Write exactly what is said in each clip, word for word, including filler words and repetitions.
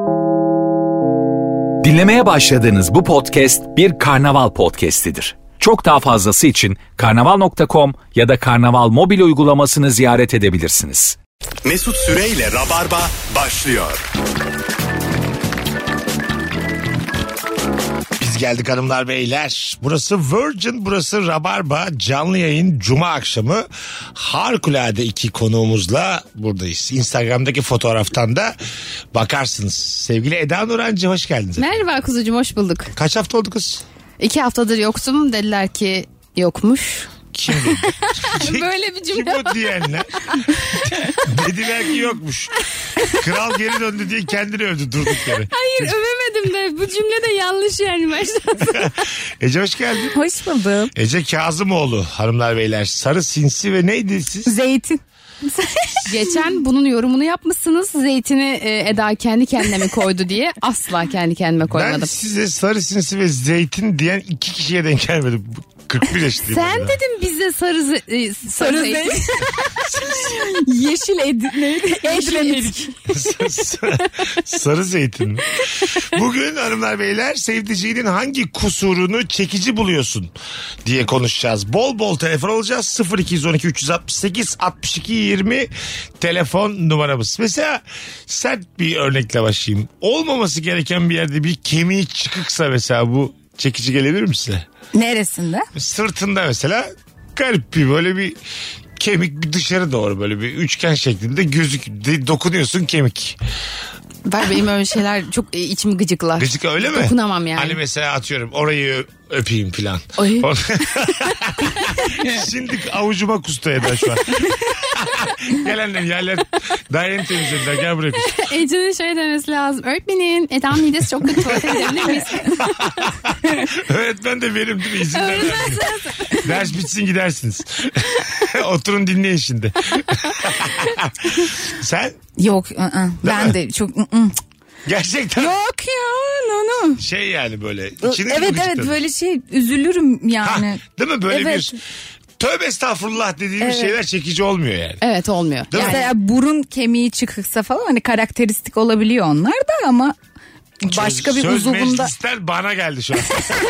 Dinlemeye başladığınız bu podcast bir karnaval podcastidir. Çok daha fazlası için karnaval nokta com ya da karnaval mobil uygulamasını ziyaret edebilirsiniz. Mesut Süreyle Rabarba başlıyor. Biz geldik hanımlar beyler. Burası Virgin, burası Rabarba. Canlı yayın Cuma akşamı. Harikulade iki konuğumuzla buradayız. Instagram'daki fotoğraftan da bakarsınız. Sevgili Eda Nurancı, hoş geldiniz. Merhaba kuzucuğum, hoş bulduk. Kaç hafta oldu kız? İki haftadır yoktum, dediler ki yokmuş. Kim dedi? Böyle bir cümle Kim bu diyenler? Dediler ki yokmuş. Kral geri döndü diye kendini övdü durduk yere. Hayır, övemedim de bu cümle de yanlış yani baştan. Ece hoş geldin. Hoş buldum. Ece Kazımoğlu hanımlar beyler. Sarı sinsi ve neydi siz? Zeytin. Geçen bunun yorumunu yapmışsınız. Zeytini e, Eda kendi kendine mi koydu diye. Asla kendi kendime koymadım. Ben size sarı sinsi ve zeytin diyen iki kişiye denk gelmedim. kırk bir yaşındayım. Sen burada. dedin bize sarı, ze- e, sarı, Sarı zeytin. Yeşil ed neydi? Edremit. Sarı zeytin mi? Bugün hanımlar beyler sevdiceğinin hangi kusurunu çekici buluyorsun diye konuşacağız. Bol bol telefon alacağız. sıfır iki on iki üç altı sekiz altmış iki yirmi telefon numaramız. Mesela sert bir örnekle başlayayım. Olmaması gereken bir yerde bir kemiği çıkıksa mesela bu çekici gelebilir mi size? Neresinde? Sırtında mesela garip bir böyle bir kemik bir dışarı doğru böyle bir üçgen şeklinde gözük de, dokunuyorsun kemik. Ver, benim öyle şeyler çok e, içimi gıcıklar. Gıcık öyle mi? Dokunamam yani. Hani mesela atıyorum orayı ö- öpeyim filan. Ay. Şimdi avucuma kustu Eda şu an. Gel annem yerler daireni temizlediler gel buraya kus. Ece'nin şey demesi lazım. Öğretmenim Eda'nın midesi çok kötü, tuvalete gidebilir miyiz? Öğretmen de benim değil mi? İzin vermem. Ders bitsin gidersiniz. Oturun dinleyin şimdi. Sen? Yok. ı-ı. Ben de çok. ı-ı. Gerçekten. Yok ya. No, no. Şey yani böyle. içini Evet mi evet gıcıkladın? böyle şey üzülürüm Ha, yani. değil mi böyle Evet. bir tövbe estağfurullah dediğimiz Evet. şeyler çekici olmuyor yani. Evet, olmuyor. Değil mi? Mesela burun kemiği çıkıksa falan hani karakteristik olabiliyor onlar da ama başka bir Söz uzuvunda meclisten bana geldi şu an.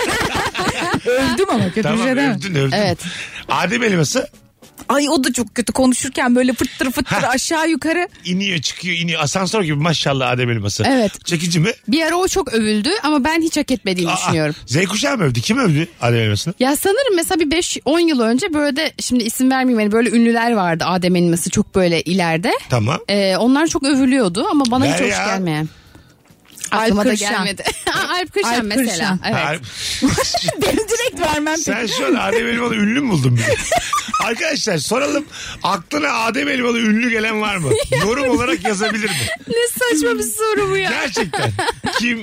övdüm ama kötü Tamam bir şey değil mi? övdün övdün. Evet. Adem elması Ay o da çok kötü konuşurken böyle fıttır fıttır Ha. aşağı yukarı. iniyor çıkıyor iniyor asansör gibi maşallah Adem elması. Evet. Çekici mi? Bir ara o çok övüldü ama ben hiç hak etmediğini Aa, düşünüyorum. Z kuşağı mı övdü? Kim övdü Adem elmasını? Ya sanırım mesela bir beş on yıl önce böyle de, şimdi isim vermeyeyim, hani böyle ünlüler vardı Adem elması çok böyle ileride. Tamam. Ee, onlar çok övülüyordu ama bana Ver hiç hoş ya. gelmeyen. Alp Aklıma da Kırşan. gelmedi. Alp Kırşan Alp mesela. Kırşan. Evet. Ha, Benim direkt vermem sen şu an Adem Elmalı ünlü mü buldun bizi? Arkadaşlar soralım. Aklına Adem Elmalı ünlü gelen var mı? Yorum olarak yazabilir mi? Ne saçma bir soru bu ya. Gerçekten. Kim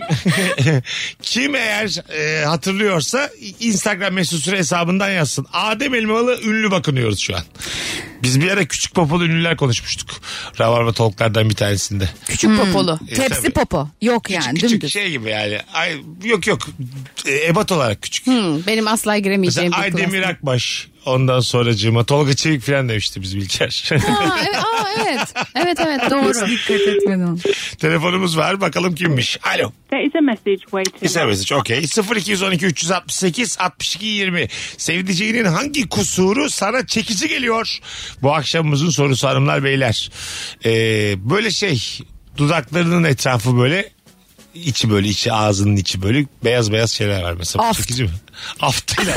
kim eğer e, hatırlıyorsa Instagram mesut süre hesabından yazsın. Adem Elmalı ünlü bakınıyoruz şu an. Biz bir ara küçük popolu ünlüler konuşmuştuk. Rabarba Talk'lardan bir tanesinde. Küçük popolu. E, Tepsi tabii. popo. Yok Küçük yani küçük dümdüz. şey gibi yani. Ay, yok yok. E, ebat olarak küçük. Hmm, benim asla giremeyeceğim Mesela bir klas. Aydemir Akbaş. Ondan sonracığıma Tolga Çevik falan demişti biz Bilker. Aa, evet, aa, evet. Evet evet doğru. Dikkat etmedim. Telefonumuz var bakalım kimmiş. Alo. There is a message waiting. Is a message okey. sıfır iki on iki üç altı sekiz altmış iki yirmi. Sevdiceğinin hangi kusuru sana çekici geliyor? Bu akşamımızın sorusu hanımlar beyler. Ee, böyle şey dudaklarının etrafı böyle içi böyle içi ağzının içi böyle beyaz beyaz şeyler var mesela. Aft. Çekici mi? Aftıyla.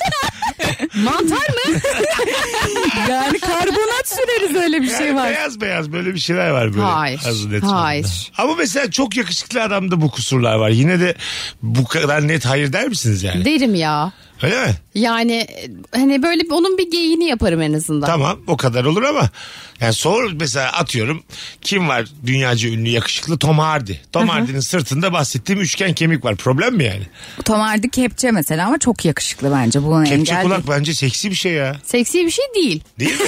Mantar mı? Yani karbonat süreriz öyle bir şey Yani var. beyaz beyaz böyle bir şeyler var böyle. Hayır, ağzının etrafında. hayır. Ama mesela çok yakışıklı adamda bu kusurlar var. Yine de bu kadar net hayır der misiniz yani? Derim ya. Öyle mi? Yani e, hani böyle bir- onun bir geyiğini yaparım en azından. Tamam o kadar olur ama yani sor mesela atıyorum kim var dünyaca ünlü yakışıklı Tom Hardy. Tom Hardy'nin sırtında bahsettiğim üçgen kemik var. Problem mi yani? Tom Hardy kepçe mesela ama çok yakışıklı bence. Bu Kepçe engel kulak değil. bence seksi bir şey ya. Seksi bir şey değil. Değil mi?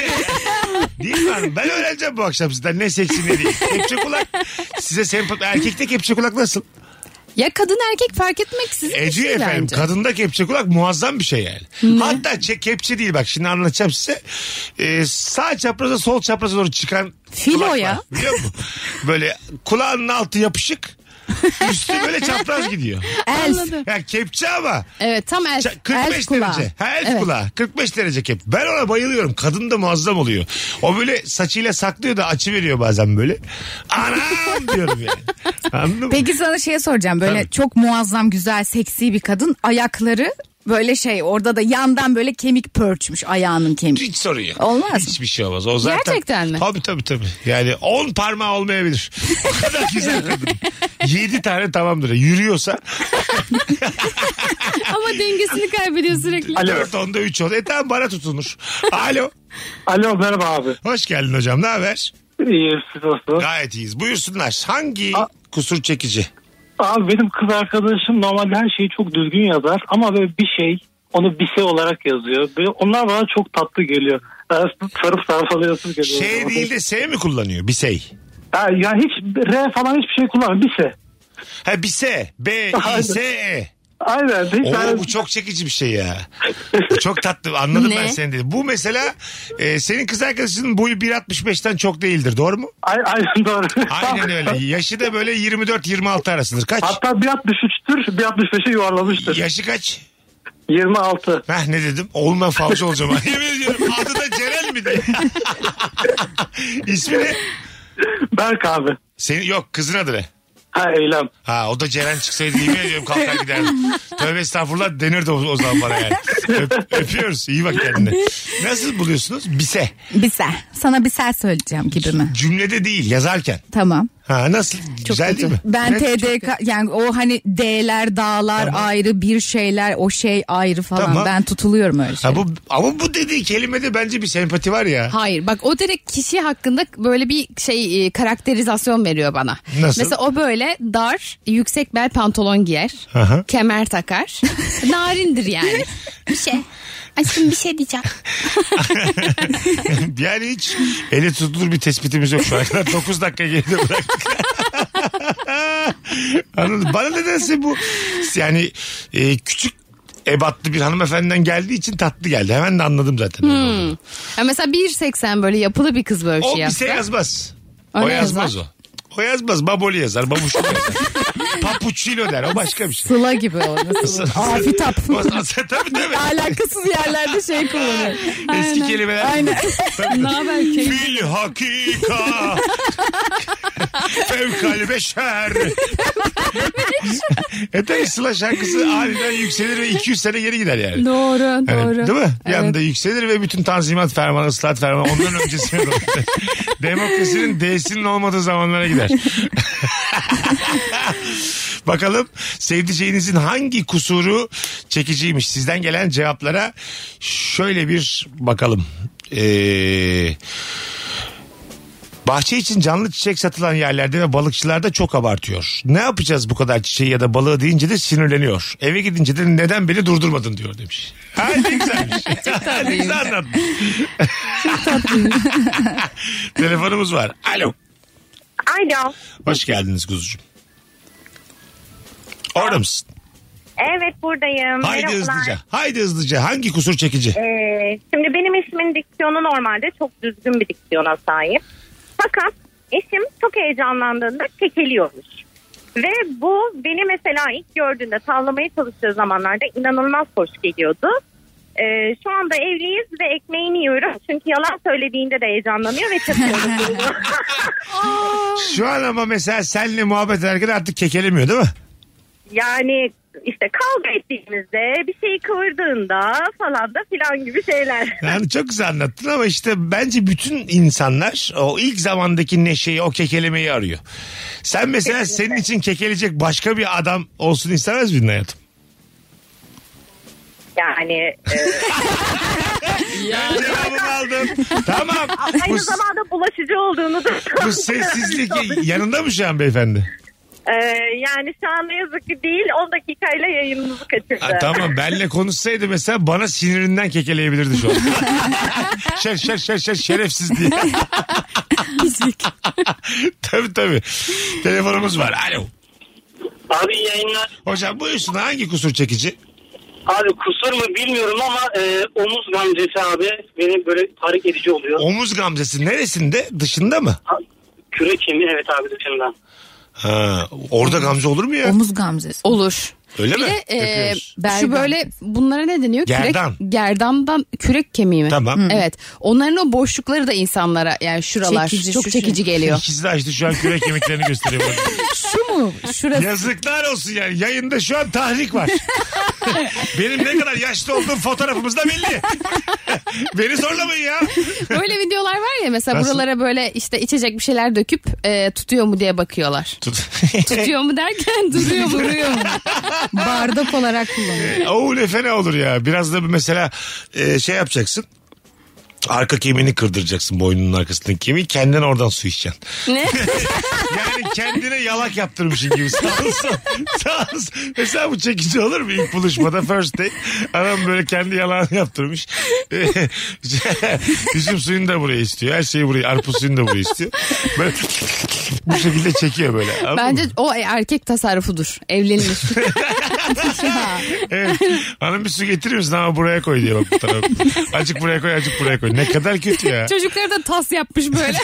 Değil mi hanım? Ben öğreneceğim bu akşam sizden ne seksi ne değil. Kepçe kulak size sempati. Erkekte kepçe kulak nasıl? Ya kadın erkek fark etmeksizin bir Ece şey efendim bence. kadında kepçe kulak muazzam bir şey yani. Hatta çe- kepçe değil bak şimdi anlatacağım size. Ee, sağ çapraza sol çapraza doğru çıkan Filo kulak ya. var, biliyor musun? Böyle kulağının altı yapışık. Üstü böyle çapraz gidiyor. Anladım. Ya kepçe ama. Evet tam el, Ça- kırk beş el kulağı. derece. Ha elf Evet. kulağı. kırk beş derece kep. Ben ona bayılıyorum. Kadın da muazzam oluyor. O böyle saçıyla saklıyor da açı veriyor bazen böyle. Anam diyorum yani. Anladın mı? Peki sana şey soracağım. Böyle Tabii. çok muazzam, güzel, seksi bir kadın. Ayakları böyle şey, orada da yandan böyle kemik pörçmüş, ayağının kemiği. Hiç sorun yok. Olmaz. Hiçbir şey olmaz. O zaten, Gerçekten mi? Tabii tabii tabii. Yani on parmağı olmayabilir. O kadar güzel kadın. Yedi tane tamamdır. Yürüyorsa Ama dengesini kaybediyor sürekli. dört onda üç on. E tamam bana tutunur. Alo. Alo merhaba abi. Hoş geldin hocam. Ne haber? İyi siz nasılsınız? Gayet iyiyiz. Buyursunlar. Hangi A- kusur çekici? Abi benim kız arkadaşım normalde her şeyi çok düzgün yazar ama böyle bir şey onu bir şey olarak yazıyor. Böyle onlar bana çok tatlı geliyor. Yani sarıp sarfalayasız geliyor. Şey değil de S mi kullanıyor? Bir şey. Ha, ya hiç R falan hiçbir şey kullanmıyor. Bir şey. Ha bir S. B, I, S, E. Aynen. Hiç Oo yani- bu çok çekici bir şey ya. Bu çok tatlı. Anladım Ne? ben seni dedi. Bu mesela e, senin kız arkadaşının boyu bir altmış beşten çok değildir. Doğru mu? Ay- Aynen doğru. Aynen öyle. Yaşı da böyle yirmi dört yirmi altı arasıdır. Kaç? Hatta bir altmış üçtür, bir altmış beşe yuvarlamıştır. Yaşı kaç? yirmi altı. Heh ne dedim? Oğlum ben falcı olacağım. Yemin ediyorum adı da Ceren mi diye. İsmi ne? Berk abi. Senin, yok kızın adı ne? Ha eylem. Ha o da Ceren çıksaydı yemin ediyorum kalkar giderdim. Tövbe estağfurullah denirdi o, o zaman bana yani. Öp- öpüyoruz. İyi bak kendine. Nasıl buluyorsunuz? Bise. Biser. Sana biser söyleyeceğim gibi mi? Cümlede değil yazarken. Tamam. Ha nasıl? Güzel değil mi? Ben Evet, T D K yani o hani D'ler, dağlar Tamam. ayrı, bir şeyler, o şey ayrı falan. Tamam. Ben tutuluyorum öyle şey. Ha, bu, ama bu dediği kelimede bence bir sempati var ya. Hayır bak o direkt kişi hakkında böyle bir şey e, karakterizasyon veriyor bana. Nasıl? Mesela o böyle dar yüksek bel pantolon giyer. Aha. Kemer takar. Narindir yani. Bir şey. Aşkım bir şey diyeceğim. Yani hiç ele tutulur bir tespitimiz yok şu an. dokuz dakika geride bıraktık. Anladın? Bana nedense bu yani e, küçük ebatlı bir hanımefendiden geldiği için tatlı geldi. Hemen de anladım zaten. Hmm. Ya mesela bir seksen böyle yapılı bir kız böyle bir O şey bir yapsa. şey yazmaz. O O, ne yazmaz yazar? o. O yazmaz. Baboli yazar. Babuşlu yazar. Papuçino der. O başka bir şey. Sıla gibi o. Nasıl? Afitap. O- o- tabii tabii. Alakasız yerlerde şey kullanıyor. Eski kelimeler. Aynen. Ne haber ki? Fil hakika. Fevkal beşer. e tabii Sıla şarkısı aniden yükselir ve iki yüz sene geri gider yani. Doğru Yani, doğru. değil mi? Bir Evet. anda yükselir ve bütün tanzimat fermanı, ıslahat fermanı ondan öncesine doğru. Demokrasinin D'sinin olmadığı zamanlara gider. Bakalım sevdiceğinizin hangi kusuru çekiciymiş? Sizden gelen cevaplara şöyle bir bakalım. Ee, bahçe için canlı çiçek satılan yerlerde ve balıkçılarda çok abartıyor. Ne yapacağız bu kadar çiçeği ya da balığı deyince de sinirleniyor. Eve gidince de neden beni durdurmadın diyor demiş. Ha ne güzelmiş. Ne güzel anlatmış. Telefonumuz var. Alo. Alo. Hoş geldiniz kuzucuğum. Orada mısın? Evet buradayım. Haydi Merhabalar. hızlıca. Haydi hızlıca. Hangi kusur çekici? Ee, şimdi benim ismin diksiyonu normalde çok düzgün bir diksiyona sahip. Fakat eşim çok heyecanlandığında kekeliyormuş. Ve bu beni mesela ilk gördüğünde tavlamaya çalıştığı zamanlarda inanılmaz hoş geliyordu. Ee, şu anda evliyiz ve ekmeğini yiyorum. Çünkü yalan söylediğinde de heyecanlanıyor ve çatıyoruz. Şu an ama mesela seninle muhabbet ederken artık kekelemiyor değil mi? Yani işte kavga ettiğimizde bir şeyi kıvırdığında falan da filan gibi şeyler. Yani çok güzel anlattın ama işte bence bütün insanlar o ilk zamandaki neşeyi, o kekelemeyi arıyor. Sen mesela senin için kekeleyecek başka bir adam olsun istemez miydin hayatım? Yani e, Ben cevabımı aldım. Tamam. aynı Bu, zamanda bulaşıcı olduğunu da bu sessizlik yanında mı şu an beyefendi? Ee, yani şu an ne yazık ki değil, on dakikayla yayınımızı kaçırdı. Ha, tamam benle konuşsaydı mesela bana sinirinden kekeleyebilirdi şu an. şer şer şer şer şerefsiz diye. tabii tabii. Telefonumuz var. Alo. Abi iyi yayınlar. Hocam buyursun, hangi kusur çekici? Abi kusur mu bilmiyorum ama e, omuz gamzesi abi beni böyle tahrik edici oluyor. Omuz gamzesi neresinde? Dışında mı? Ha, kürek kemiği evet abi dışından. Ha, orada gamze olur mu ya? Omuz gamzesi. Olur. Öyle bir mi? de e, Yapıyoruz. şu böyle bunlara ne deniyor? Gerdan. Kürek, gerdandan kürek kemiği mi? Tamam. Evet. Onların o boşlukları da insanlara yani şuralar Çekici, çok şu çekici şey. geliyor. İkisi de açtı şu an kürek kemiklerini gösteriyor. Şu mu? Şurası. Yazıklar olsun yani. Yayında şu an tahrik var. Benim ne kadar yaşlı olduğum fotoğrafımızda belli. Beni zorlamayın ya. Böyle videolar var ya mesela Nasıl? buralara böyle işte içecek bir şeyler döküp e, tutuyor mu diye bakıyorlar. Tut. Tutuyor mu derken duruyor mu? Duruyor mu? Bardak olarak kullanıyor. Oo, ne fena olur ya. Biraz da bir mesela e, şey yapacaksın. Arka kemiğini kırdıracaksın, boynunun arkasındaki kemiği, kendin oradan su içeceksin. Ne? Yani kendine yalak yaptırmışsın gibi. Sağ olsun. Sağ olsun. Mesela bu çekici olur mu ilk buluşmada, first date? Adam böyle kendi yalağını yaptırmış. Üzüm suyunu da buraya istiyor. Her şeyi buraya, arpuz suyunu da buraya istiyor. Böyle bu şekilde çekiyor böyle. Anladın Bence mı? o erkek tasarrufudur. Evlenilir. Evet. Hanım bir su getirir misin ama buraya koy diye bak bu tarafa. Azıcık buraya koy, azıcık buraya koy. Ne kadar kötü ya. Çocukları da tas yapmış böyle.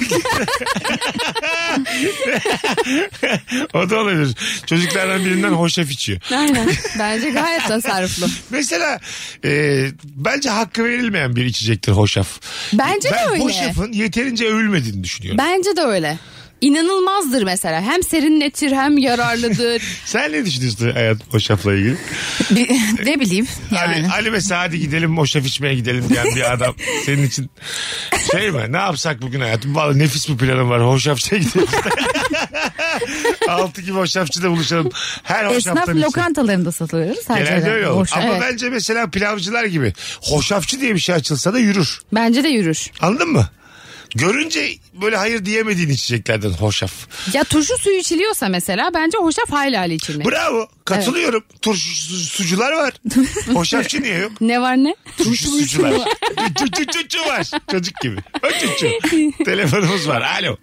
O da olabilir. Çocuklardan birinden hoşaf içiyor. Aynen. Bence gayet tasarruflu. Mesela e, bence hakkı verilmeyen bir içecektir hoşaf. Bence de ben öyle. hoşafın yeterince övülmediğini düşünüyorum. Bence de öyle. İnanılmazdır mesela. Hem serinletir hem yararlıdır. Sen ne düşünüyorsun hayat hoşafla ilgili? Bir- ne bileyim yani. Ali, Ali mesela hadi gidelim hoşaf içmeye gidelim diyen bir adam. Senin için şey mi? Ne yapsak bugün hayatım? Vallahi nefis bir planım var. Hoşafçıya gidelim. Altı gibi hoşafçıda buluşalım. Her Esnaf hoşaftan için. lokantalarında satılır. Genelde öyle olur. Hoşaf. Ama Evet. bence mesela pilavcılar gibi hoşafçı diye bir şey açılsa da yürür. Bence de yürür. Anladın mı? Görünce böyle hayır diyemediğin içeceklerden hoşaf. Ya turşu suyu içiliyorsa mesela bence hoşaf hayli hali içilmeli. Bravo. Katılıyorum. Turşu su- sucular var. Hoşafçı niye yok? Ne var ne? Turşu sucular. Çu çu çu var. Çocuk gibi. O çu. Telefonumuz var. Alo.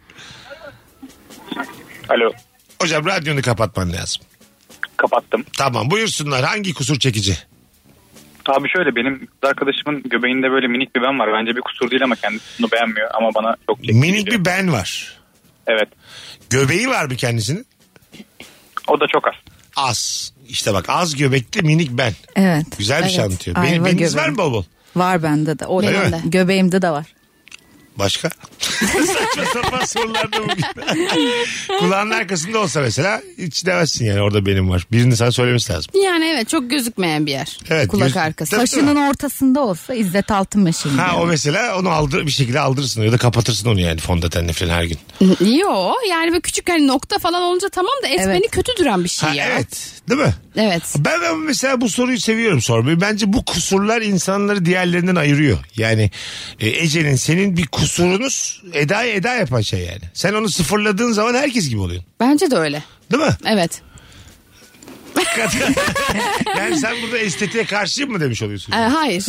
Alo, Hocam radyonu kapatman lazım. kapattım. Tamam, buyursunlar. Hangi kusur çekici? Abi şöyle, benim kız arkadaşımın göbeğinde böyle minik bir ben var. Bence bir kusur değil ama kendisi bunu beğenmiyor ama bana çok çekici. Minik bir ben var. Evet. Göbeği var mı kendisinin? O da çok az. Az. İşte bak, az göbekli minik ben. Evet. Güzel bir şey Evet. anlatıyor. Ayva Benim, beniniz göbeği. var mı bol bol? Var bende de. O, Öyle mi? göbeğimde de var. Başka? Saçma sapan sorular da bugün. Kulağının arkasında olsa mesela hiç demezsin yani, orada benim var. Birini sana söylemesi lazım. Yani evet, çok gözükmeyen bir yer. Evet, Kulak göz- arkası. Tabii, Saçının ortasında olsa İzzet Altınmeşin. Ha, o mesela onu aldır, bir şekilde aldırırsın ya da kapatırsın onu yani fondötenle falan her gün. Yo, yani böyle küçük hani nokta falan olunca tamam da etmeni Evet. kötü duran bir şey Ha, ya. evet, değil mi? Evet. Ben, ben mesela bu soruyu seviyorum sormayı. Bence bu kusurlar insanları diğerlerinden ayırıyor. Yani e, Ece'nin, senin bir kusurunuz Eda'yı Eda yapan şey yani. Sen onu sıfırladığın zaman herkes gibi oluyorsun. Bence de öyle. Değil mi? Evet. Yani sen burada estetiğe karşıyım mı demiş oluyorsun? Ee, hayır.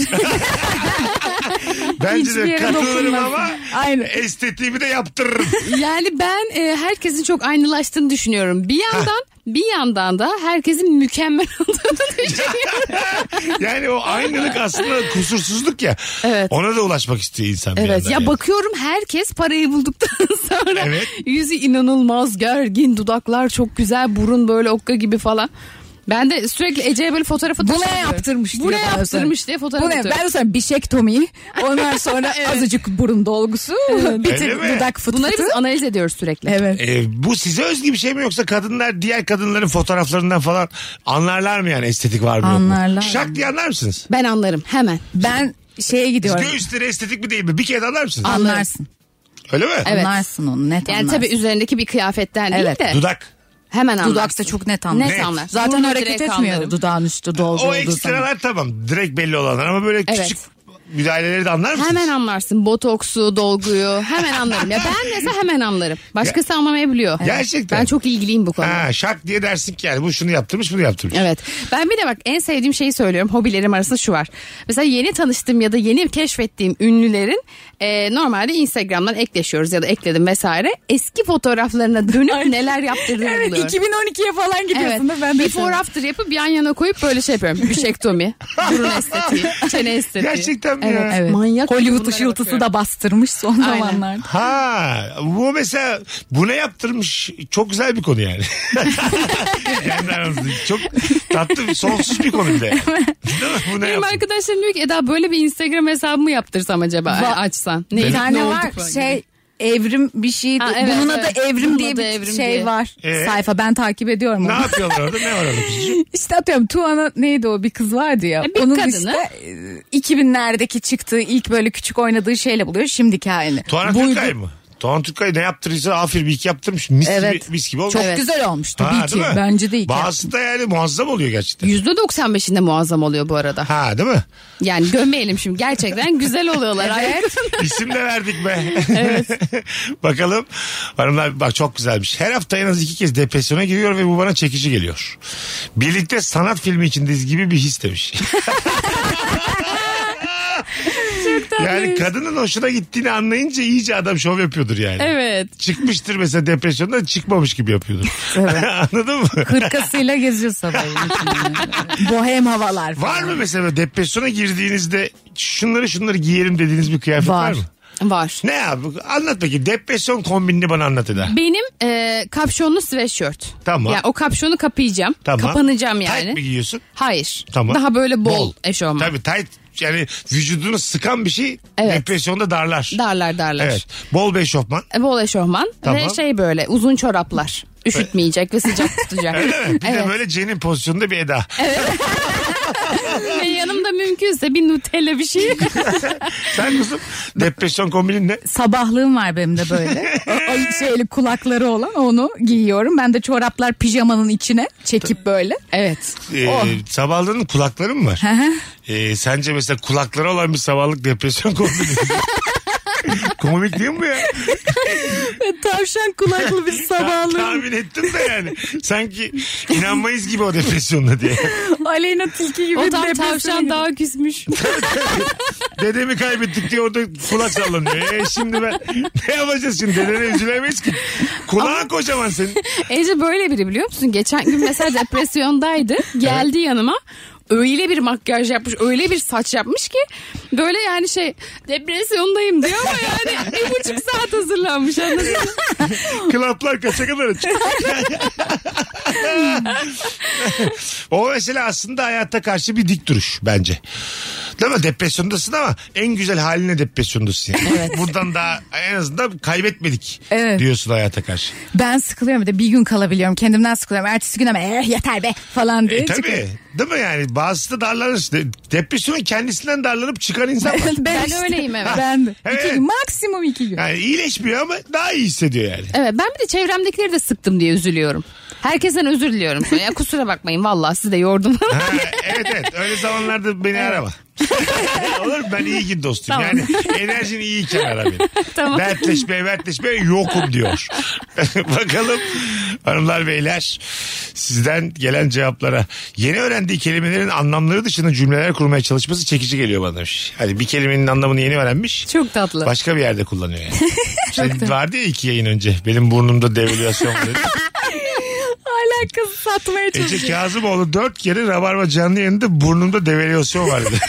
Bence hiçbir de yere katılırım dokunmasın. ama Aynen. estetiğimi de yaptırırım. Yani ben e, herkesin çok aynılaştığını düşünüyorum. Bir yandan bir yandan da herkesin mükemmel olduğunu düşünüyorum. Yani o aynılık aslında kusursuzluk ya. Evet. Ona da ulaşmak istiyor insan bir Evet yandan ya, yani. bakıyorum herkes parayı bulduktan sonra Evet. yüzü inanılmaz gergin, dudaklar çok güzel, burun böyle okka gibi falan. Ben de sürekli Ece'ye böyle fotoğrafı Bu ne taşıyorum. yaptırmış Bu diyor ne bana yaptırmış sonra. diye fotoğraf Bu ne? atıyorum. Ben mesela bişektomi. Ondan sonra azıcık burun dolgusu. Bir Öyle tık mi? dudak fıt Bunları fıtı. biz analiz ediyoruz sürekli. Evet. E, bu size özgü bir şey mi, yoksa kadınlar diğer kadınların fotoğraflarından falan anlarlar mı yani, estetik var mı yok mu? Anlarlar. Şak diye anlar mısınız? Ben anlarım hemen. Ben şeye gidiyorum. Göğüsleri estetik mi değil mi? Bir kere de anlar mısınız? Anlarsın. Öyle mi? Evet. Anlarsın onu net Yani anlarsın. tabii üzerindeki bir kıyafetten Evet. değil de Dudak. hemen anlarsın. Dudakta çok net anlar. Net Net. anlar. Zaten Burnu hareket direkt etmiyor anlarım. dudağın üstü dolgu O olduğu ekstralar zaman. tamam, direkt belli olanlar ama böyle Evet. küçük müdahaleleri de anlar mısınız? Hemen anlarsın. Botoksu, dolguyu hemen anlarım. Ya ben mesela hemen anlarım. Başkası anlamayabiliyor. Gerçekten. Ben çok ilgiliyim bu konuda. Ha, şak diye dersin ki yani bu şunu yaptırmış bunu yaptırmış. Evet. Ben bir de bak en sevdiğim şeyi söylüyorum. Hobilerim arasında şu var. Mesela yeni tanıştığım ya da yeni keşfettiğim ünlülerin e, normalde Instagram'dan ekleşiyoruz ya da ekledim vesaire. Eski fotoğraflarına dönüp neler yaptırdığını Evet buluyorum. iki bin on ikiye falan gidiyorsun da Evet. ben de. Before after yapıp yan yana koyup böyle şey yapıyorum. Bişektomi, burun estetiği, çene estetiği. Gerçekten mi evet. ya? Evet. Manyak Hollywood bunlara ışıltısı bakıyorum. da bastırmış son Aynen. zamanlarda. Ha, bu mesela buna yaptırmış çok güzel bir konu yani. Yani aranızda çok tatlı bir sonsuz bir konu bir de. Değil mi? Buna Benim yaptırmış. arkadaşlarım diyor ki Eda böyle bir Instagram hesabımı yaptırsam acaba Va- açsan. Bir Neydi, tane ne var olduk falan şey gibi. evrim bir şeydi. Ha, evet, Bunun evet. adı evrim Bunun diye adı bir evrim şey diye. var. Ee? Sayfa ben takip ediyorum Ne onu. yapıyorlar orada? Ne var orada kuzucuğum? İşte atıyorum Tuana neydi o bir kız vardı ya. E, bir Onun kadını. işte e, iki binlerdeki çıktığı ilk böyle küçük oynadığı şeyle buluyor şimdiki halini. Tuana Buydu. Türkay mı? Tuana Türkay ne yaptırırsa afir bir iki yaptırmış. Mis Evet. gibi, mis gibi olmuş. Çok Evet. güzel olmuş tabii Ha, ki. değil mi? Bence de iyi. Bazısı da yani muazzam oluyor gerçekten. yüzde doksan beşinde muazzam oluyor bu arada. Ha değil mi? Yani gömmeyelim şimdi gerçekten güzel oluyorlar. Evet. İsim de verdik be. Evet. Bakalım. Hanımlar bak çok güzelmiş. Her hafta en az iki kez depresyona giriyor ve bu bana çekici geliyor. Birlikte sanat filmi içindeyiz gibi bir his demiş. Yani kadının hoşuna gittiğini anlayınca iyice adam şov yapıyordur yani. Evet. Çıkmıştır mesela depresyondan çıkmamış gibi yapıyordur. Anladın mı? Hırkasıyla geziyor sabahın içinde. Bohem havalar falan. Var mı mesela böyle depresyona girdiğinizde şunları şunları giyerim dediğiniz bir kıyafet var, Var. mı? Var. Ne abi? Anlat bakayım. Depresyon kombinini bana anlat Eda. Benim e, kapşonlu sweatshirt. Tamam. Yani o kapşonu kapayacağım. Tamam. Kapanacağım yani. Tight mi giyiyorsun? Hayır. Tamam. Daha böyle bol, Bol. eşofman. Tabii tight yani vücudunu sıkan bir şey Evet. depresyonda darlar. Darlar darlar. Evet. Bol bir eşofman. E, Bol eşofman Tamam. ve şey böyle uzun çoraplar. Üşütmeyecek ve sıcak tutacak. Öyle mi? Bir Evet. de böyle Cen'in pozisyonunda bir Eda. Ve yanımda mümkünse bir Nutella bir şey. Sen kızım depresyon kombinin ne? Sabahlığım var benim de böyle. O, o şeyli kulakları olan onu giyiyorum. Ben de çoraplar pijamanın içine çekip böyle. Evet. Ee, Oh. Sabahlığının kulakları mı var? ee, sence mesela kulakları olan bir sabahlık depresyon kombini. Komik değil mi bu ya? Tavşan kulaklı bir sabahlığım. Tahmin ettim de yani. Sanki inanmayız gibi o depresyonda diye. Aleyna Tilki gibi O tam depresyona tavşan girdim. daha küsmüş. Dedemi kaybettik diye orada kulak sallanıyor. E şimdi ben ne yapacağız şimdi? Dedene üzülemeyiz ki. Kulağın kocaman senin. Ece böyle biri biliyor musun? Geçen gün mesela depresyondaydı. Geldi yanıma. Öyle bir makyaj yapmış, öyle bir saç yapmış ki böyle yani şey depresyondayım diyor ama yani bir buçuk saat hazırlanmış anladın mı? Klaplar kaça kadar açık. O mesela aslında hayata karşı bir dik duruş bence. Değil mi? Depresyondasın ama en güzel haline depresyondasın yani. Evet. Buradan daha en azından kaybetmedik Evet. diyorsun hayata karşı. Ben sıkılıyorum bir de bir gün kalabiliyorum. Kendimden sıkılıyorum. Ertesi gün ama eh, yeter be falan diye E tabii. çıkıyorum. Değil mi yani? Bazısı da darlanır. De- Depresyonun kendisinden darlanıp çıkan insan var. Ben işte- öyleyim, evet. Ben de. Evet. İki gün, maksimum iki gün. Yani iyileşmiyor ama daha iyi hissediyor yani. Evet ben bir de çevremdekileri de sıktım diye üzülüyorum. Herkesten özür diliyorum. Ya kusura bakmayın vallahi sizi de yordum. Ha, evet evet öyle zamanlarda beni arama. Olur mu? Ben iyi gün dostum. Tamam. Yani enerjin iyiyken ara beni. Tamam. Dertleşmeye dertleşmeye yokum diyor. Bakalım hanımlar beyler sizden gelen cevaplara. Yeni öğrendiği kelimelerin anlamları dışında cümleler kurmaya çalışması çekici geliyor bana demiş. Hani bir kelimenin anlamını yeni öğrenmiş. Çok tatlı. Başka bir yerde kullanıyor yani. Şey vardı ya iki yayın önce. Benim burnumda devalüasyon var dedi. Hala kız satmaya çalışıyor. Ece Kazımoğlu dört kere Rabarba canlı yayında burnumda devalüasyon var dedi.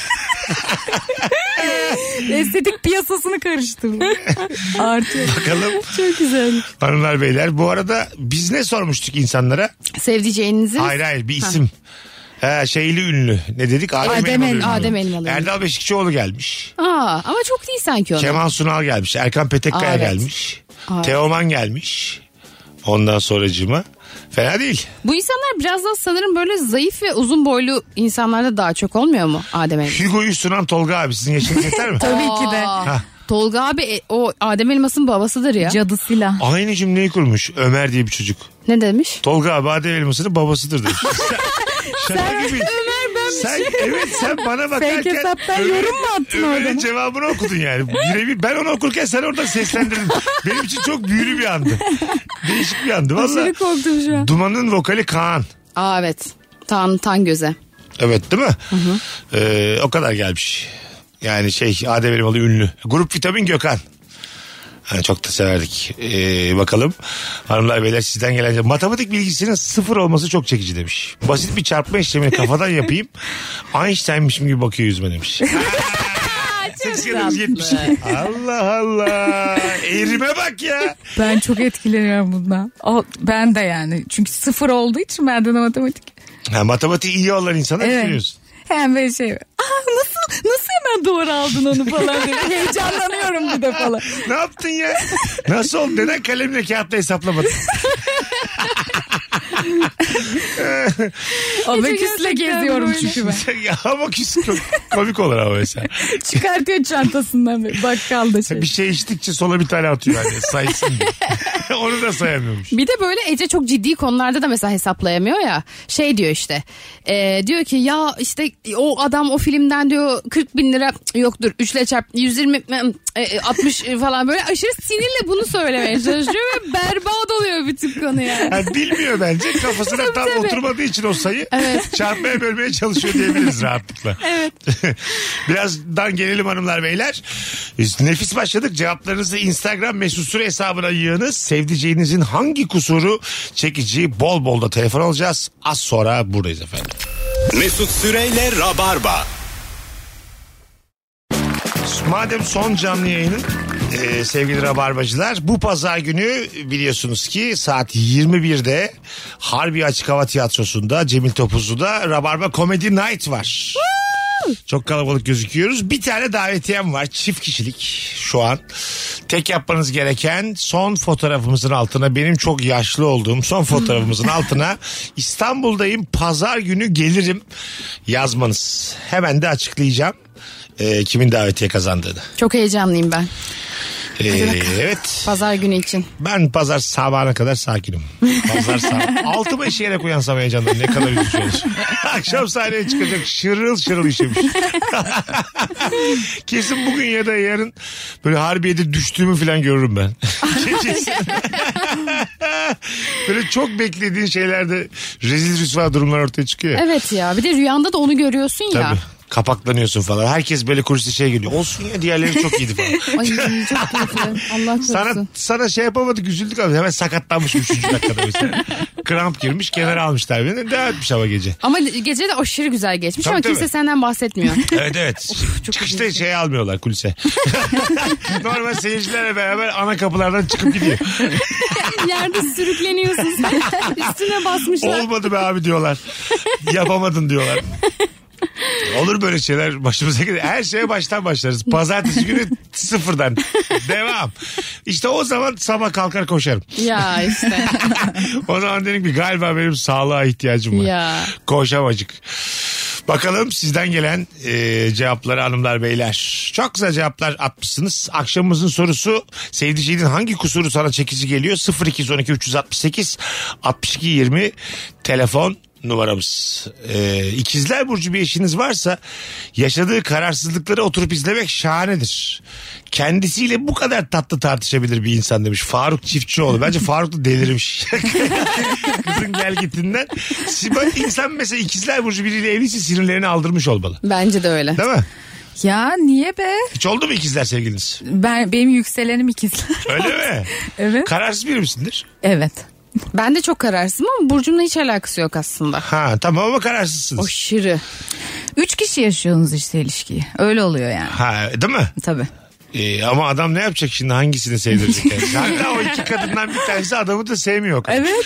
Estetik piyasasını karıştırdı. Artıyor. Bakalım Çok güzel. hanımlar beyler. Bu arada biz ne sormuştuk insanlara? Sevdiceğinizi Hayır hayır bir isim. Ha, şeyli ünlü. Ne dedik? Adem, Adem Elmalı El- ünlü. Adem Elmalı ünlü. Erdal Beşikçioğlu gelmiş. Aa, ama çok değil sanki onu. Kemal Sunal gelmiş. Erkan Petekkaya Aa, evet. gelmiş. Aa, Teoman gelmiş. Ondan sonracığıma. Fena değil. Bu insanlar biraz daha sanırım böyle zayıf ve uzun boylu insanlarda daha çok olmuyor mu Adem Elmas? Hugo'yu sunan Tolga abi sizin yaşınız yeter mi? Tabii ki de. Aa, Hah. Tolga abi e, o Adem Elmas'ın babasıdır ya. Cadısıyla. Aynı cümleyi kurmuş Ömer diye bir çocuk. Ne demiş? Tolga abi Adem Elması'nın babasıdır demiş. Şaka gibi. Ömer ben Sen, evet sen bana bakarken Fake hesaptan öyle, yorum mu attın öyle oradan? cevabını okudun yani. Birebir ben onu okurken sen oradan seslendirdin. Benim için çok büyülü bir andı. Değişik bir andı. Valla. Aşırı korktum şu an. Duman'ın vokali Kaan. Aa evet. Tan, tan göze. Evet değil mi? Hı hı. Ee, o kadar gelmiş. Yani şey Adem Elmalı ünlü. Grup Vitamin Gökhan. Yani çok da severdik. Ee, bakalım hanımlar beyler sizden gelen matematik bilgisinin sıfır olması çok çekici demiş. Basit bir çarpma işlemini kafadan yapayım. Einstein'mişim gibi bakıyor yüzüme demiş. seksen yetmiş. Allah Allah. Eğrime bak ya. Ben çok etkileniyorum bundan. O, ben de yani. Çünkü sıfır olduğu için bende de matematik. Ha, matematiği iyi olan insana Evet. etkiliyorsun. Hem böyle şey. Aa, nasıl nasıl hemen doğru aldın onu falan diye. Heyecanlanıyorum bir de falan. Ne yaptın ya? Nasıl oldu? Neden kalemle kağıtla hesaplamadın? Abaküsle geziyorum çünkü ben. Ya abaküs çok komik olur ama mesela. Çıkartıyor çantasından bir bakkalda şey. Bir şey içtikçe sola bir tane atıyor yani saysın diye. Onu da sayamıyormuş. Bir de böyle Ece çok ciddi konularda da mesela hesaplayamıyor ya. Şey diyor işte. E, diyor ki ya işte o adam o filmden diyor kırk bin lira yoktur. üçle çarp yüz yirmi e, altmış falan böyle aşırı sinirle bunu söylemeye çalışıyor ve berbat oluyor bütün konu yani. Yani bilmiyor bence. Kafasına Tabii, tam tabii. oturmadığı için o sayı Evet. çarpmaya bölmeye çalışıyor diyebiliriz rahatlıkla. Evet. Birazdan gelelim hanımlar beyler. Nefis başladık. Cevaplarınızı Instagram mesut süre hesabına yığınız. Sevdiceğinizin hangi kusuru çekici bol bol da telefon alacağız. Az sonra buradayız efendim. Mesut Süreyle Rabarba. Madem son canlı yayının e, sevgili Rabarbacılar, bu pazar günü biliyorsunuz ki saat yirmi birde Harbi Açık Hava Tiyatrosu'nda Cemil Topuzlu'da Rabarba Comedy Night var. Çok kalabalık gözüküyoruz. Bir tane davetiyem var. Çift kişilik şu an. Tek yapmanız gereken son fotoğrafımızın altına, benim çok yaşlı olduğum son fotoğrafımızın altına İstanbul'dayım pazar günü gelirim yazmanız. Hemen de açıklayacağım e, kimin davetiye kazandığını. Çok heyecanlıyım ben. Ee, evet. Pazar günü için. Ben pazar sabahına kadar sakinim. Pazar sabah. Altıma işeyerek uyansam heyecandan ne kadar üzücü olur. Akşam sahneye çıkacak şırıl şırıl işemiş. Kesin bugün ya da yarın böyle Harbiye'de düştüğümü falan görürüm ben. Kesin. Böyle çok beklediğin şeylerde rezil rüsva durumlar ortaya çıkıyor. Evet ya, bir de rüyanda da onu görüyorsun ya. Tabii. Kapaklanıyorsun falan. Herkes böyle kuliste şey geliyor. Olsun ya, diğerleri çok iyiydi falan. Ay çok kötü. Allah korusun. Sana, sana şey yapamadık, üzüldük abi. Hemen sakatlanmış üçüncü dakikada mesela. Kramp girmiş, kenara almışlar beni. Devam etmiş ama gece. Ama gece de aşırı güzel geçmiş Tabii, ama tabii. kimse senden bahsetmiyor. Evet evet. Çıkışta şey almıyorlar kulise. Normal seyircilerle beraber ana kapılardan çıkıp gidiyor. Yerde sürükleniyorsun sen. Üstüne basmışlar. Olmadı be abi diyorlar. Yapamadın diyorlar. Olur böyle şeyler başımıza gelir. Her şeye baştan başlarız. Pazartesi günü sıfırdan. Devam. İşte o zaman sabah kalkar koşarım. Ya işte. O zaman dedim ki galiba benim sağlığa ihtiyacım var. Ya. Koşamacık. Bakalım sizden gelen e, cevapları hanımlar beyler. Çok güzel cevaplar atmışsınız. Akşamımızın sorusu, sevdiceğinin hangi kusuru sana çekici geliyor? sıfır iki on iki üç altı sekiz altmış iki yirmi telefon numaramız. Ee, ikizler burcu bir eşiniz varsa yaşadığı kararsızlıkları oturup izlemek şahanedir. Kendisiyle bu kadar tatlı tartışabilir bir insan demiş Faruk Çiftçioğlu. Bence Faruk da delirmiş. Kızın gelgitinden. İnsan mesela ikizler burcu biriyle evliyse sinirlerini aldırmış olmalı. Bence de öyle. Değil mi? Ya niye be? Hiç oldu mu ikizler sevgiliniz? Ben benim yükselenim ikizler. Öyle mi? Evet. Kararsız biri misindir? Evet. Ben de çok kararsızım ama Burcum'la hiç alakası yok aslında. Ha tamam ama kararsızsınız. Aşırı. Üç kişi yaşıyorsunuz işte ilişkiyi. Öyle oluyor yani. Ha değil mi? Tabii. Ee, ama adam ne yapacak şimdi, hangisini sevdirecek? Yani? Hatta o iki kadından bir tanesi adamı da sevmiyor. Evet.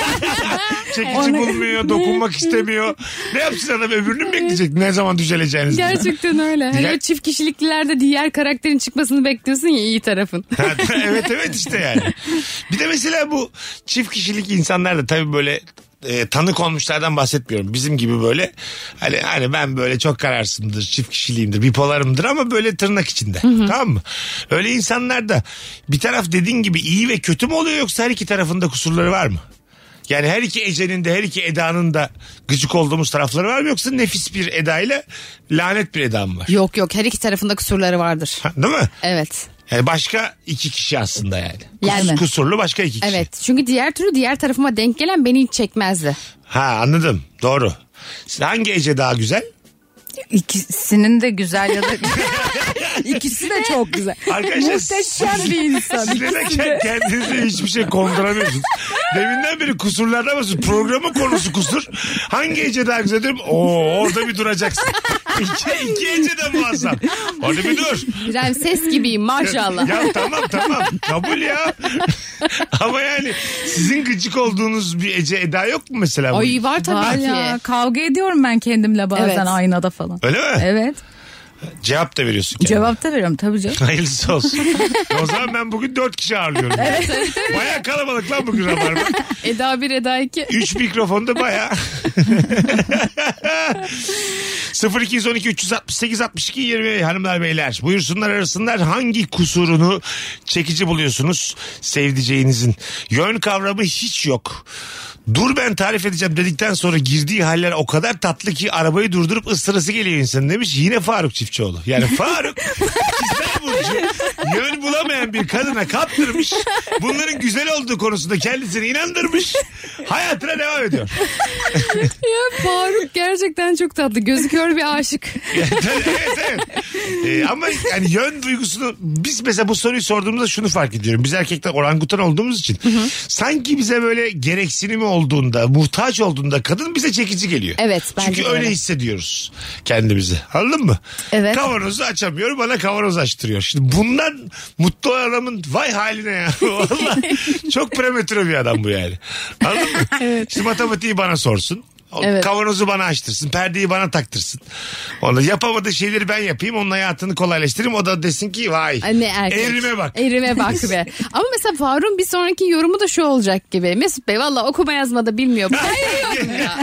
Çekici Onu- bulmuyor, dokunmak istemiyor. Ne yapsın adam, öbürünü mü bekleyecek ne zaman düzeleceğinizi? Gerçekten öyle. Hani Diğer- o çift kişiliklilerde diğer karakterin çıkmasını bekliyorsun ya, iyi tarafın. Ha, evet evet işte yani. Bir de mesela bu çift kişilik insanlar da tabii böyle e, tanık olmuşlardan bahsetmiyorum. Bizim gibi böyle hani, hani ben böyle çok kararsızımdır, çift kişiliğimdir, bipolarımdır ama böyle tırnak içinde. Tamam mı? Öyle insanlar da bir taraf dediğin gibi iyi ve kötü mü oluyor, yoksa her iki tarafında kusurları var mı? Yani her iki Ece'nin de her iki Eda'nın da gıcık olduğumuz tarafları var mı, yoksa nefis bir Eda ile lanet bir Eda mı var? Yok yok, her iki tarafında kusurları vardır. Ha, değil mi? Evet. Yani başka iki kişi aslında yani. Yani Kus, kusurlu başka iki kişi. Evet, çünkü diğer türlü diğer tarafıma denk gelen beni hiç çekmezdi. Ha, anladım, doğru. Hangi Ece daha güzel? İkisinin de güzel ya da ikisi de çok güzel. Arkadaşlar, muhteşem bir insan. Siz neden İkisi de. kendinize hiçbir şey konduramıyorsunuz? Deminden beri kusurlardan bahsediyorsunuz. Programın konusu kusur. Hangi Ece daha güzel diyorum. Oo, orada bir duracaksın. İki, iki Ece de muazzam. Orada bir dur. Prenses gibiyim maşallah. Ya tamam tamam, kabul ya. Ama yani sizin gıcık olduğunuz bir Ece Eda yok mu mesela? Ay var tabii Var ki. ya, kavga ediyorum ben kendimle bazen Evet. aynada falan. Öyle mi? Evet. Cevap da veriyorsun kendine. Cevap da veriyorum tabii canım. Hayırlısı olsun. O zaman ben bugün dört kişi ağırlıyorum. Evet. Baya kalabalık lan bugün Rabarba. Eda bir, Eda iki. Üç mikrofonda baya. sıfır iki on iki üç altı sekiz altmış iki yirmi hanımlar beyler. Buyursunlar, arasınlar. Hangi kusurunu çekici buluyorsunuz sevdiceğinizin? Yön kavramı hiç yok. Dur ben tarif edeceğim dedikten sonra girdiği haller o kadar tatlı ki arabayı durdurup ısırası geliyor insanın demiş. Yine Faruk Çiftçioğlu. Yani Faruk İkizler Burcu yön bulamayan bir kadına kaptırmış. Bunların güzel olduğu konusunda kendisini inandırmış. Hayatına devam ediyor. Ya Faruk gerçekten çok tatlı. Gözü kör bir aşık. evet evet. Ee, ama yani yön duygusunu biz mesela bu soruyu sorduğumuzda şunu fark ediyorum. Biz erkekler orangutan olduğumuz için hı hı. sanki bize böyle gereksinimi olduğunda, muhtaç olduğunda kadın bize çekici geliyor. Evet, bence çünkü de öyle öyle hissediyoruz kendimizi. Anladın mı? Evet. Kavanozu açamıyor, bana kavanoz açtırıyor. Şimdi bundan mutlu adamın vay haline ya. Vallahi çok prematüre bir adam bu yani. Anladın mı? Evet. Şimdi matematiği bana sorsun. Evet. Kavanozu bana açtırsın, perdeyi bana taktırsın. Onu yapamadığı şeyleri ben yapayım, onun hayatını kolaylaştırayım. O da desin ki vay ne erkek. Evrime bak. Evrime bak be. Ama mesela Faruk'un bir sonraki yorumu da şu olacak gibi. Mesut Bey valla okuma yazma da bilmiyor. Hayır ya.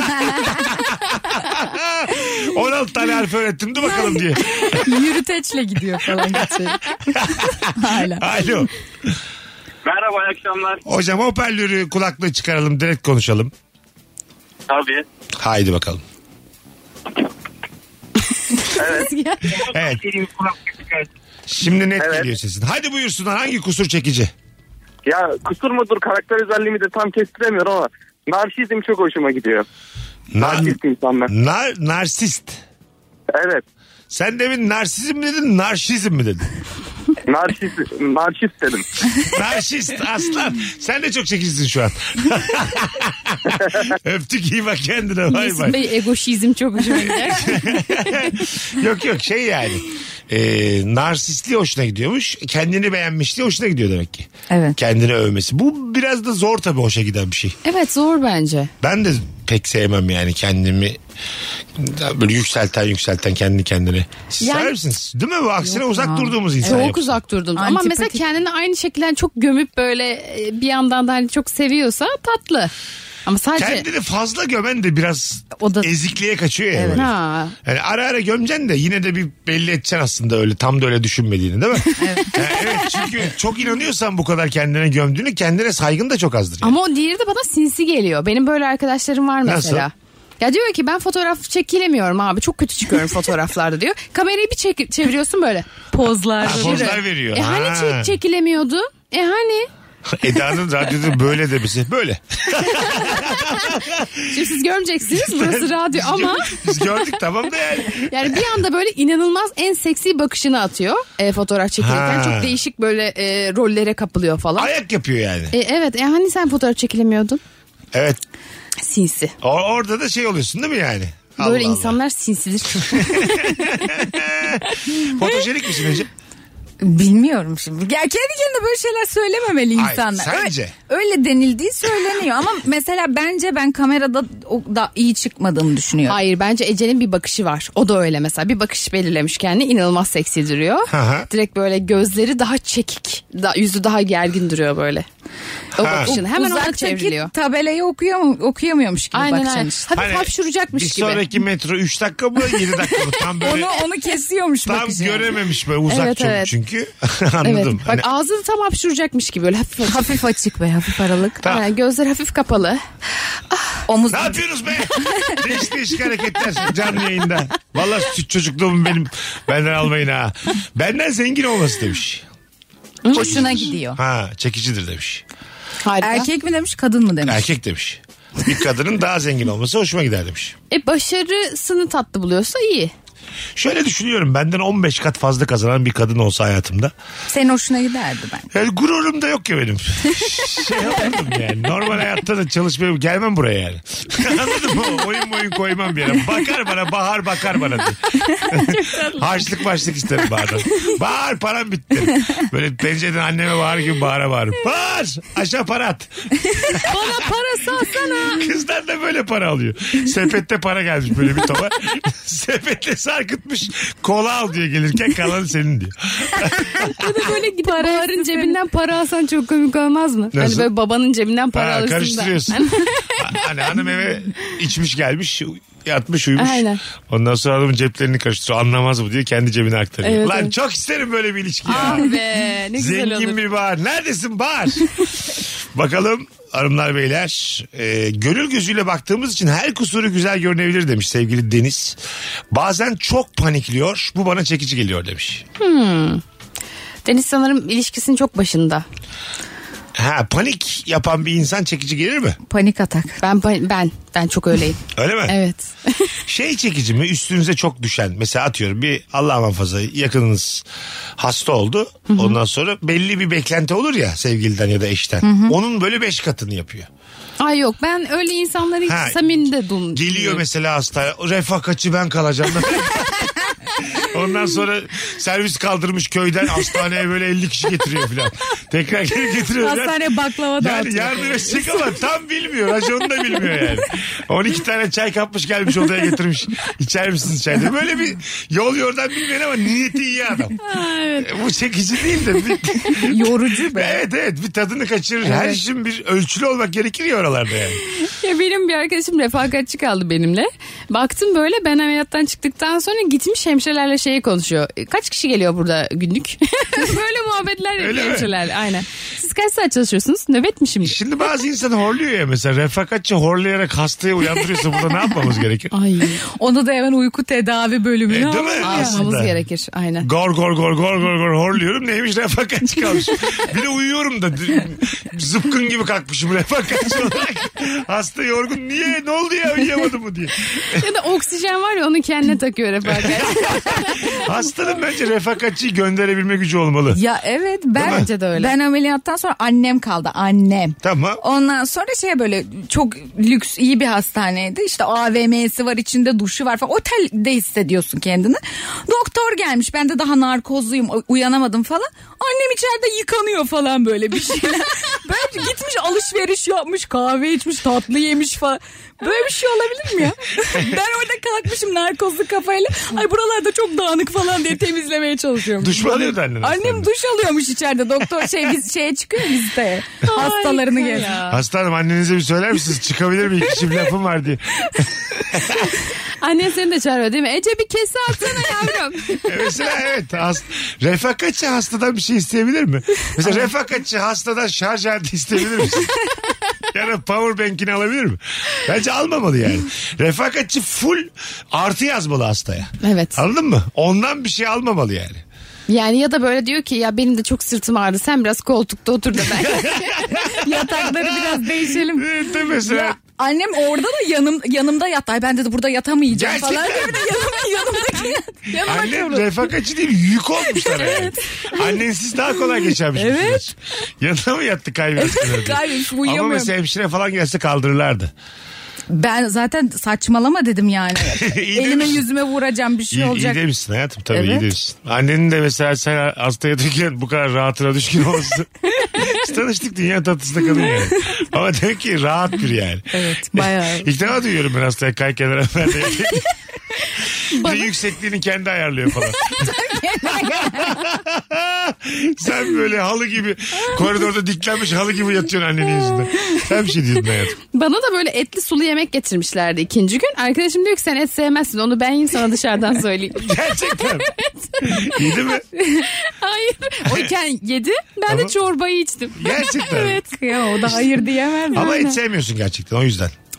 on altı tane harf öğrettim de bakalım diye. Yürüteçle gidiyor falan geçiyor. Hala. Alo. Merhaba, iyi akşamlar. Hocam hoparlörü, kulaklığı çıkaralım, direkt konuşalım. Tabii. Haydi bakalım. Evet. Evet. Şimdi net Evet. geliyor sesin. Hadi buyursunlar, hangi kusur çekici? Ya kusur mudur, karakter özelliği mi de tam kestiremiyorum ama narsizm çok hoşuma gidiyor. Nar Narsist insanlar. nar narsist. Evet. Sen demin narsizm mi dedin, narşizm mi dedin? Narsist, narsist dedim. Narşist aslan. Sen de çok çekicisin şu an. Öptük, iyi bak kendine. Bay Mesut bay. Bey egoşizm çok hoşuma gider. Yok yok, şey yani. E, narsistliği hoşuna gidiyormuş. Kendini beğenmişliği hoşuna gidiyor demek ki. Evet. Kendini övmesi. Bu biraz da zor tabii, hoşa giden bir şey. Evet, zor bence. Ben de pek sevmem yani kendimi böyle yükselten yükselten kendi kendine. Siz Yani- sever misiniz? Değil mi bu? Aksine Yok uzak ya. durduğumuz insan Çok yapısı. uzak durdum. Ama mesela Antipatik. kendini aynı şekilde çok gömüp böyle e, bir yandan da hani çok seviyorsa tatlı. Ama sadece... Kendini fazla gömen de biraz O da- ezikliğe kaçıyor ya. Evet. böyle. Ha. Yani ara ara gömeceksin de yine de bir belli edeceksin aslında öyle tam da öyle düşünmediğini, değil mi? evet. evet, çünkü çok inanıyorsan bu kadar kendine gömdüğünü, kendine saygın da çok azdır. Yani. Ama o diğeri de bana sinsi geliyor. Benim böyle arkadaşlarım var mesela. Nasıl? Ya diyor ki ben fotoğraf çekilemiyorum abi. Çok kötü çıkıyorum fotoğraflarda diyor. Kamerayı bir çek- çeviriyorsun böyle. Pozlar. Ha, pozlar veriyor. E hani Ha. çek- çekilemiyordun? E hani? Eda'nın radyoda böyle demesi. Böyle. Şimdi siz görmeyeceksiniz burası radyo ama Biz gördük tamam da yani. yani bir anda böyle inanılmaz en seksi bakışını atıyor e, fotoğraf çekilirken. Ha. Çok değişik böyle e, rollere kapılıyor falan. Ayak yapıyor yani. E, evet e hani sen fotoğraf çekilemiyordun? Evet. Sinsi. O- orada da şey oluyorsun değil mi yani? Böyle Allah insanlar sinsidir. Allah. Fotojenik misin Ece? Bilmiyorum şimdi. Ya kendi kendine böyle şeyler söylememeli Hayır, insanlar. sence? Öyle, öyle denildiği söyleniyor ama mesela bence ben kamerada o da iyi çıkmadığımı düşünüyorum. Hayır, bence Ece'nin bir bakışı var. O da öyle mesela. Bir bakış belirlemiş kendini. İnanılmaz seksi duruyor. Hı hı. Direkt böyle gözleri daha çekik. Da, yüzü daha gergin duruyor böyle. O Ha. bakışını. Hemen ona Uzaktaki çevriliyor. tabelayı okuyor mu, okuyamıyormuş gibi Aynen bakacaksın aynen. işte. Hafif Hani hapşuracakmış bir gibi. sonraki metro üç dakika mı yedi dakika mı? Tam böyle Onu onu kesiyormuş tam bakışı. görememiş böyle uzak Evet, çok evet. çünkü. Evet. Anladım. Bak Hani, ağzını tam hapşuracakmış gibi böyle hafif hafif. Hafif açık ve hafif aralık. Tamam. Aynen, gözler hafif kapalı. Omuz. Ne yapıyorsunuz be? Değişik değişik hareketler canlı yayında. Vallahi süt çocukluğum benim. Benden almayın ha. Benden zengin olması demiş. Hoşuna gidiyor. Ha, çekicidir demiş. Harika. Erkek mi demiş, kadın mı demiş? Erkek demiş. Bir kadının daha zengin olması hoşuma gider demiş. E başarısını tatlı buluyorsa iyi. Şöyle düşünüyorum, benden on beş kat fazla kazanan bir kadın olsa hayatımda. Senin hoşuna giderdi bence. Yani gururum da yok ya benim. Şey yapardım yani. Normal hayatta da çalışmaya gelmem buraya yani. Anladın mı? Oyun oyun koymam bir yere. Bakar bana, Bahar bakar bana diye. Harçlık başlık isterim Bahar'dan. Bahar, param bitti. Böyle pencereden anneme bağır gibi Bahar'a bağırırım. Bahar, aşağı para at. Bana para salsana. Kızlar da böyle para alıyor. Sepette para gelmiş böyle bir topa. Sepetle sarkıtmış. Kola al diyor gelirken, kalanı senin diyor. Ya da böyle gidip Bahar'ın cebinden para alsan çok komik olmaz mı? Nasıl? Hani böyle babanın cebinden para Ha, alırsın da. karıştırıyorsun. Hani hanım eve içmiş gelmiş, yatmış uyumuş. Aynen. Ondan sonra adamın ceplerini karıştırıyor. Anlamaz bu diye kendi cebine aktarıyor. Evet, Lan evet. çok isterim böyle bir ilişki ya. Ah be, ne güzel Zengin olur. bir Bahar. Neredesin Bahar? Bakalım hanımlar beyler. E, gönül gözüyle baktığımız için her kusuru güzel görünebilir demiş sevgili Deniz. Bazen çok panikliyor. Bu bana çekici geliyor demiş. Hmm. Deniz sanırım ilişkisinin çok başında. Ha, panik yapan bir insan çekici gelir mi? Panik atak. Ben ben ben çok öyleyim. Öyle mi? Evet. Şey çekici mi? Üstünüze çok düşen. Mesela atıyorum bir Allah muhafaza yakınınız hasta oldu. Hı hı. Ondan sonra belli bir beklenti olur ya sevgiliden ya da eşten. Hı hı. Onun böyle beş katını yapıyor. Ay yok, ben öyle insanları hiç Ha, samimi de dum. Geliyor mesela hastaya. Refakatçi ben kalacağım. Ondan sonra servis kaldırmış köyden hastaneye böyle elli kişi getiriyor filan. Tekrar geri getiriyor. Hastaneye baklava yani dağıtıyor. yardım edecek ama tam bilmiyor. Raconunu da bilmiyor yani. on iki tane çay kapmış gelmiş odaya getirmiş. İçer misiniz çay diye. Böyle bir yol yordan bilmeyen ama niyeti iyi adam. Evet. Bu çekici değil de. Bir... Yorucu be. Evet evet, bir tadını kaçırır. Evet. Her işin bir ölçülü olmak gerekir ya oralarda yani. Ya benim bir arkadaşım refakatçi kaldı benimle. Baktım böyle, ben ameliyattan çıktıktan sonra gitmiş hemşirelerle şeyi konuşuyor. Kaç kişi geliyor burada günlük? Böyle muhabbetler yapıyor hemşirelerle. Aynen. Siz kaç saat çalışıyorsunuz? Nöbet mi şimdi? Şimdi bazı insan horluyor ya mesela. Refakatçi horlayarak hastayı uyandırıyorsa burada ne yapmamız gerekir? Ay. Onu da hemen uyku tedavi bölümüne E, değil mi? almamız gerekir. Aynen. Gor gor gor gor gor gor horluyorum. Neymiş, refakatçi kalmış. Bir de uyuyorum da zıpkın gibi kalkmışım refakatçi olarak. Hasta yorgun. Niye? Ne oldu ya? Uyuyamadım mı diye. Ya da oksijen var ya, onu kendine takıyor refakatçi. Hastanın bence refakatçiyi gönderebilme gücü olmalı. Ya evet, ben Bence de öyle. Ben ameliyattan sonra annem kaldı, annem. Tamam. Ondan sonra şey böyle çok lüks iyi bir hastaneydi. İşte A V M'si var, içinde duşu var falan. Otelde hissediyorsun kendini. Doktor gelmiş, ben de daha narkozluyum, uyanamadım falan. Annem içeride yıkanıyor falan, böyle bir şeyler. Böyle gitmiş alışveriş yapmış, kahve içmiş, tatlı yemiş falan. Böyle bir şey olabilir mi ya? Ben orada kalkmışım narkozlu kafayla. Ay buralarda çok dağınık falan diye temizlemeye çalışıyorum. Duş mu alıyordu annen? Annem duş alıyormuş içeride. Doktor şey biz şeye çıkıyor listeye. Hastalarını gez. Hastanım, annenize bir söyler misiniz? Çıkabilir mi? İki çift lafım var diye. Annen seni de çağırıyor değil mi? Ece bir kese atsana yavrum. Mesela evet. Hast refakatçi hastadan bir şey isteyebilir mi? Mesela refakatçi hastadan şarj aleti isteyebilir misin? Ya da power bank'ini alabilir mi? Bence almamalı yani. Refakatçi full artı yazmalı hastaya. Evet. Anladın mı? Ondan bir şey almamalı yani. Yani ya da böyle diyor ki ya benim de çok sırtım ağrıdı, sen biraz koltukta otur da ben. Yatakları biraz değişelim. Evet de mesela. Ya, annem orada da yanım yanımda yat. Ay ben de burada yatamayacağım Gerçekten. falan. Bir de yanım, yanımdaki yat. Yanıma Annem kıvrıl. refakatçi değil, yük olmuşlar yani. Annensiz daha kolay geçermiş. Evet. Yanına mı yattı kaybettiler? Kaybetmiş, Ama uyuyamıyorum. mesela hemşire falan gelse kaldırırlardı. Ben zaten saçmalama dedim yani. İyi Elime demişsin. yüzüme vuracağım, bir şey İyi, olacak. iyi demişsin hayatım, tabii Evet. iyi demişsin. Annenin de mesela sen hasta yatırken bu kadar rahatına düşkün olması. Biz tanıştık, dünya tatlısı da kadın yani. Ama demek ki rahat bir yani. Evet, bayağı. İlk defa duyuyorum ben hastaya kay kenara. Ben de bir de yüksekliğini kendi ayarlıyor falan. Sen böyle halı gibi koridorda diklenmiş halı gibi yatıyorsun annenin yüzünden. Sen bir şey diyordun hayatım. Bana da böyle etli sulu yemek getirmişlerdi ikinci gün. Arkadaşım diyor ki sen et sevmezsin, onu ben yiyeyim sana dışarıdan söyleyeyim. Gerçekten. İyi değil mi? Hayır. O iken yedi, ben Tamam. de çorbayı içtim. Gerçekten. Evet. Ya o da hayır diyemez. Ama Aynen. et sevmiyorsun gerçekten o yüzden.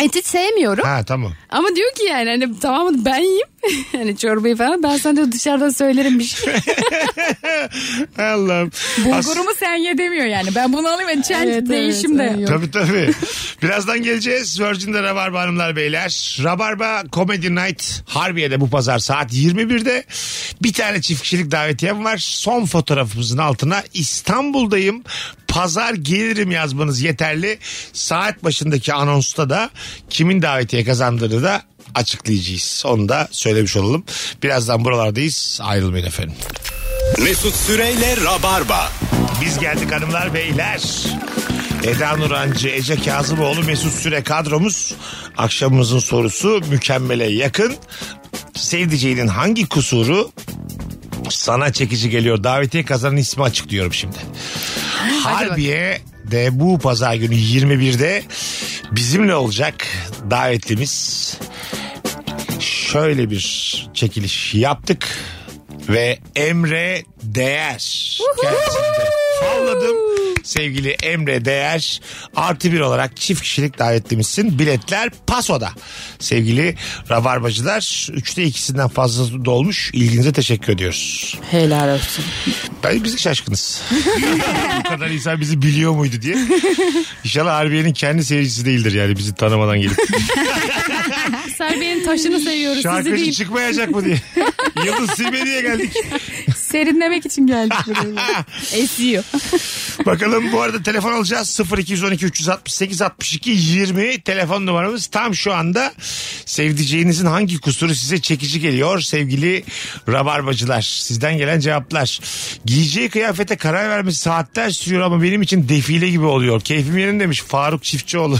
Et hiç sevmiyorum. Ha tamam. Ama diyor ki yani hani tamam ben yiyeyim. Hani çorbayı falan ben sana dışarıdan söylerim bir şey. Allah'ım. Bulgurumu sen ye demiyor yani. Ben bunu alayım ve çen Evet, değişim de. evet, Tabii tabii. Birazdan geleceğiz. Virgin'de Rabarba hanımlar beyler. Rabarba Comedy Night Harbiye'de bu pazar saat yirmi birde. Bir tane çift kişilik davetiyem var. Son fotoğrafımızın altına İstanbul'dayım, pazar gelirim yazmanız yeterli. Saat başındaki anonsta da kimin davetiye kazandığını da açıklayacağız. Onu da söylemiş olalım. Birazdan buralardayız. Ayrılmayın efendim. Mesut Süreyle Rabarba. Biz geldik hanımlar beyler. Eda Nurancı, Ece Kazımoğlu, Mesut Süre kadromuz. Akşamımızın sorusu mükemmele yakın. Sevdiceğinin hangi kusuru sana çekici geliyor? Davetiye kazanan ismi açıklıyorum şimdi. Harbiye de bu pazar günü yirmi birde bizimle olacak davetlimiz. Şöyle bir çekiliş yaptık ve Emre Değer kendisinde favladım. Sevgili Emre Değer artı bir olarak çift kişilik davetlimizsin. Biletler Paso'da. Sevgili Rabarbacılar, üçte ikisinden fazlası dolmuş. İlginize teşekkür ediyoruz. Helal olsun. Ben biz şaşkınız. Bu kadar insan bizi biliyor muydu diye. İnşallah Harbiye'nin kendi seyircisi değildir yani bizi tanımadan gelip. Serbiye'nin taşını seviyoruz sizi Şarkıcı değil. çıkmayacak mı diye. Yıldız Silbe diye geldik. Serinlemek için geldik buraya. Esiyor. Bakalım bu arada telefon alacağız. sıfır iki on iki üç altı sekiz altmış iki yirmi telefon numaramız. Tam şu anda sevdiceğinizin hangi kusuru size çekici geliyor sevgili Rabarbacılar? Sizden gelen cevaplar. Giyeceği kıyafete karar vermesi saatler sürüyor ama benim için defile gibi oluyor. Keyfim yerinde demiş Faruk Çiftçioğlu.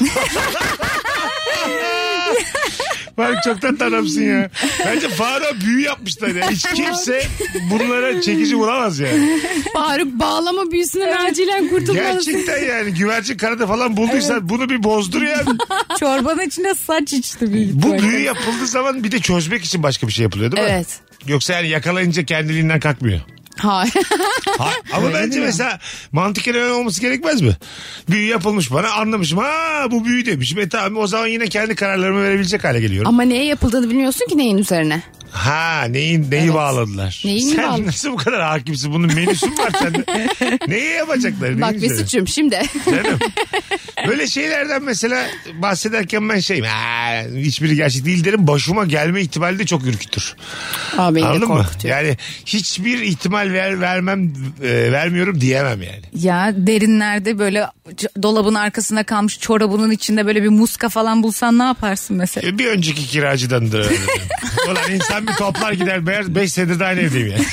Faruk çoktan tanımsın ya. Bence Faruk'a büyü yapmışlar ya. Hiç kimse bunlara çekici bulamaz yani. Faruk bağlama büyüsünden acilen kurtulmalısın. Gerçekten yani güvercin kanadı falan bulduysan evet. Bunu bir bozdur yani. Çorbanın içinde saç içti. Büyük Bu büyü yapıldığı zaman bir de çözmek için başka bir şey yapılıyor değil mi? Evet. Yoksa yani yakalayınca kendiliğinden kalkmıyor. Hayır. Ha, ama öyle bence mesela mantıken öyle olması gerekmez mi? Büyü yapılmış bana anlamışım. Ha bu büyü demişim. E tamam o zaman yine kendi kararlarımı verebilecek hale geliyorum. Ama neye yapıldığını bilmiyorsun ki neyin üzerine. Ha neyin neyi evet. bağladılar? Neyi Sen bağladılar? nasıl bu kadar hakimsin? Bunun menüsü mü var sende? Neyi yapacaklar? Bak Mesut'cum şimdi. Canım. Böyle şeylerden mesela bahsederken ben şeyim. Hiçbiri gerçek değil derim. Başıma gelme ihtimali de çok ürkütür. Abi anladın mı? Yani hiçbir ihtimal ver, vermem e, vermiyorum diyemem yani. Ya derinlerde böyle dolabın arkasında kalmış çorabının içinde böyle bir muska falan bulsan ne yaparsın mesela? E, bir önceki kiracıdandır. Ulan insan bir toplar gider. Beş senedir de aynı evdeyim yani.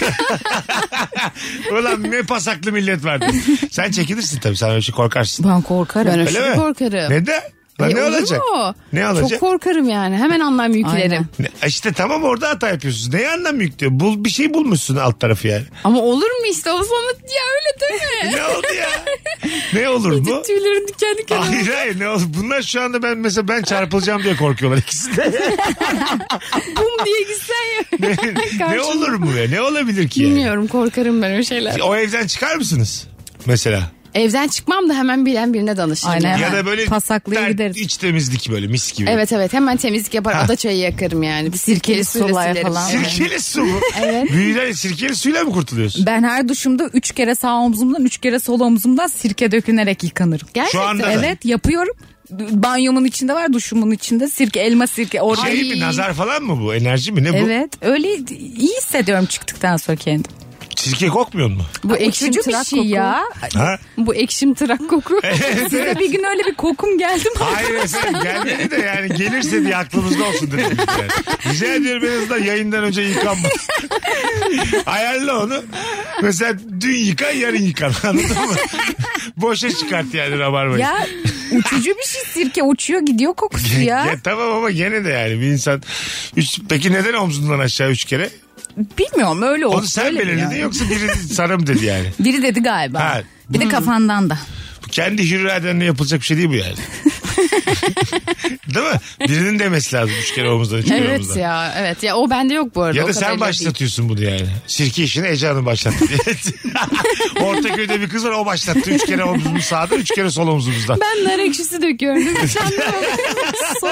Ulan ne pasaklı millet vardı. Sen çekilirsin tabii. Sen öyle şey korkarsın. Ben korkarım. Ben öyle korkarım. Neden? Lan e, ne olacak? Mu? Ne olacak? Çok korkarım yani. Hemen anlam yüklerim. Ne, işte tamam orada hata yapıyorsunuz. Neye anlam yüklüyor? Bul, bir şey bulmuşsun alt tarafı yani. Ama olur mu işte? O zaman ya öyle deme. Ne oldu ya? Ne olur bu? Tüylerin diken diken. Hayır hayır ne olur? Bunlar şu anda ben mesela ben çarpılacağım diye korkuyorlar ikisi de. Bum diye gitsen ya. ne, ne olur bu ya? Ne olabilir ki yani? Bilmiyorum korkarım ben öyle şeyler. O evden çıkar mısınız? Mesela. Evden çıkmam da hemen bilen birine danışırım. Aynen. Ya da böyle pasaklıya gideriz. İç temizlik böyle mis gibi. Evet evet hemen temizlik yapar. Ada çayı yakarım yani. Bir sirkeli suyla falan. Sirkeli su mu? Evet. Büyüden sirkeli suyla mı kurtuluyorsun? Ben her duşumda üç kere sağ omzumdan üç kere sol omzumdan sirke dökünerek yıkanırım. Gerçekten. Şu anda evet yapıyorum. Banyomun içinde var, duşumun içinde sirke, elma sirke. Orada... Şey mi nazar falan mı bu? Enerji mi ne bu? Evet öyle iyi hissediyorum çıktıktan sonra kendim. Sirke kokmuyor mu? Bu ekşim bir tırak şey koku. ya. Ha? Bu ekşim tırak koku. Size bir gün öyle bir kokum geldi mi? Hayır efendim gelmedi de yani gelirse diye aklımızda olsun dedim. Yani. Rica ediyorum en azından yayından önce yıkanma. Ayarla onu. Mesela dün yıkan yarın yıkan anladın mı? Boşa çıkart yani rabarbayı. Ya uçucu bir şey sirke uçuyor gidiyor kokusu ya. ya tamam ama gene de yani bir insan. Üç, peki neden omzundan aşağı üç kere? Bilmiyorum öyle oldu. Onu sen belirledin yoksa biri sana mı dedi yani? Biri dedi galiba. Ha. Bir de kafandan da. Kendi hür iradenle yapılacak bir şey değil bu yani. Değil mi? Birinin demesi lazım üç kere omuzdan üç kere evet omuzdan. ya evet ya o bende yok bu arada. Ya da sen başlatıyorsun değil. Bunu yani. Sirke işini Ece Hanım başlattı diye. Ortaköy'de bir kız var o başlattı. Üç kere omzumuz sağdan üç kere sol omzumuzdan. Ben nar ekşisi döküyorum. Sen de soyuyorsun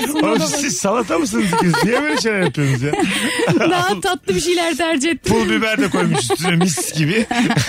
Oğlum siz salata mısınız ikiniz? Niye böyle şeyler yapıyorsunuz ya? Daha tatlı bir şeyler tercih ettim. Pul biber de koymuş üstüne mis gibi.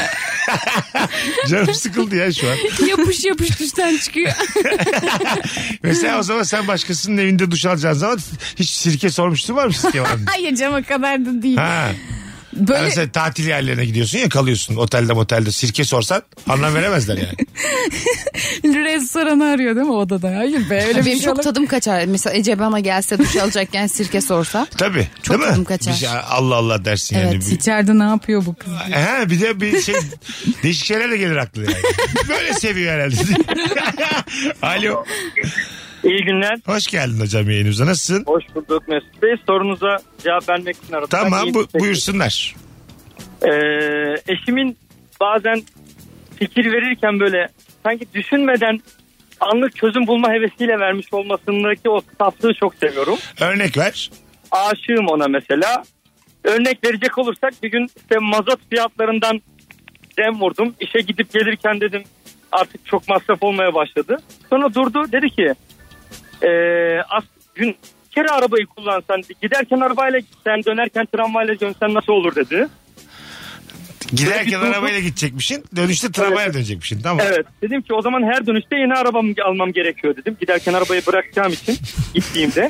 Canım sıkıldı ya şu an. Yapış yapış duştan çıkıyor. Mesela o zaman sen başkasının evinde duş alacağın zaman hiç sirke sormuştun var mı sirke var mı? Hayır cama kadar da değil. Ha. Böyle... Yani mesela tatil yerlerine gidiyorsun ya, kalıyorsun otelde motelde, sirke sorsan anlam veremezler yani. Restoranı arıyor değil mi odada? Hayır be öyle Benim bir şey çok olur. tadım kaçar. Mesela Ece bana gelse duş alacakken sirke sorsa. Tabii. Çok değil tadım mi? kaçar. Bir şey, Allah Allah dersin Evet, yani. İçeride ne yapıyor bu kız? He, bir de bir şey değişik şeyler de gelir aklına yani. Böyle seviyor herhalde. Alo. İyi günler. Hoş geldin hocam yayınımıza. Nasılsın? Hoş bulduk Mesut Bey. Sorunuza cevap vermek için aradım. Tamam bu, buyursunlar. Ee, eşimin bazen fikir verirken böyle sanki düşünmeden anlık çözüm bulma hevesiyle vermiş olmasındaki o saflığı çok seviyorum. Örnek ver. Aşığım ona mesela. Örnek verecek olursak bir gün işte mazot fiyatlarından dem vurdum. İşe gidip gelirken dedim artık çok masraf olmaya başladı. Sonra durdu, dedi ki ee, az gün kere arabayı kullansan, giderken arabayla gitsen, dönerken tramvayla dönsen nasıl olur dedi. Giderken arabayla gidecekmişsin, dönüşte tramvayla evet. dönecekmişsin, tamam. Evet, dedim ki o zaman her dönüşte yeni arabamı almam gerekiyor dedim. Giderken arabayı bırakacağım için gittiğimde.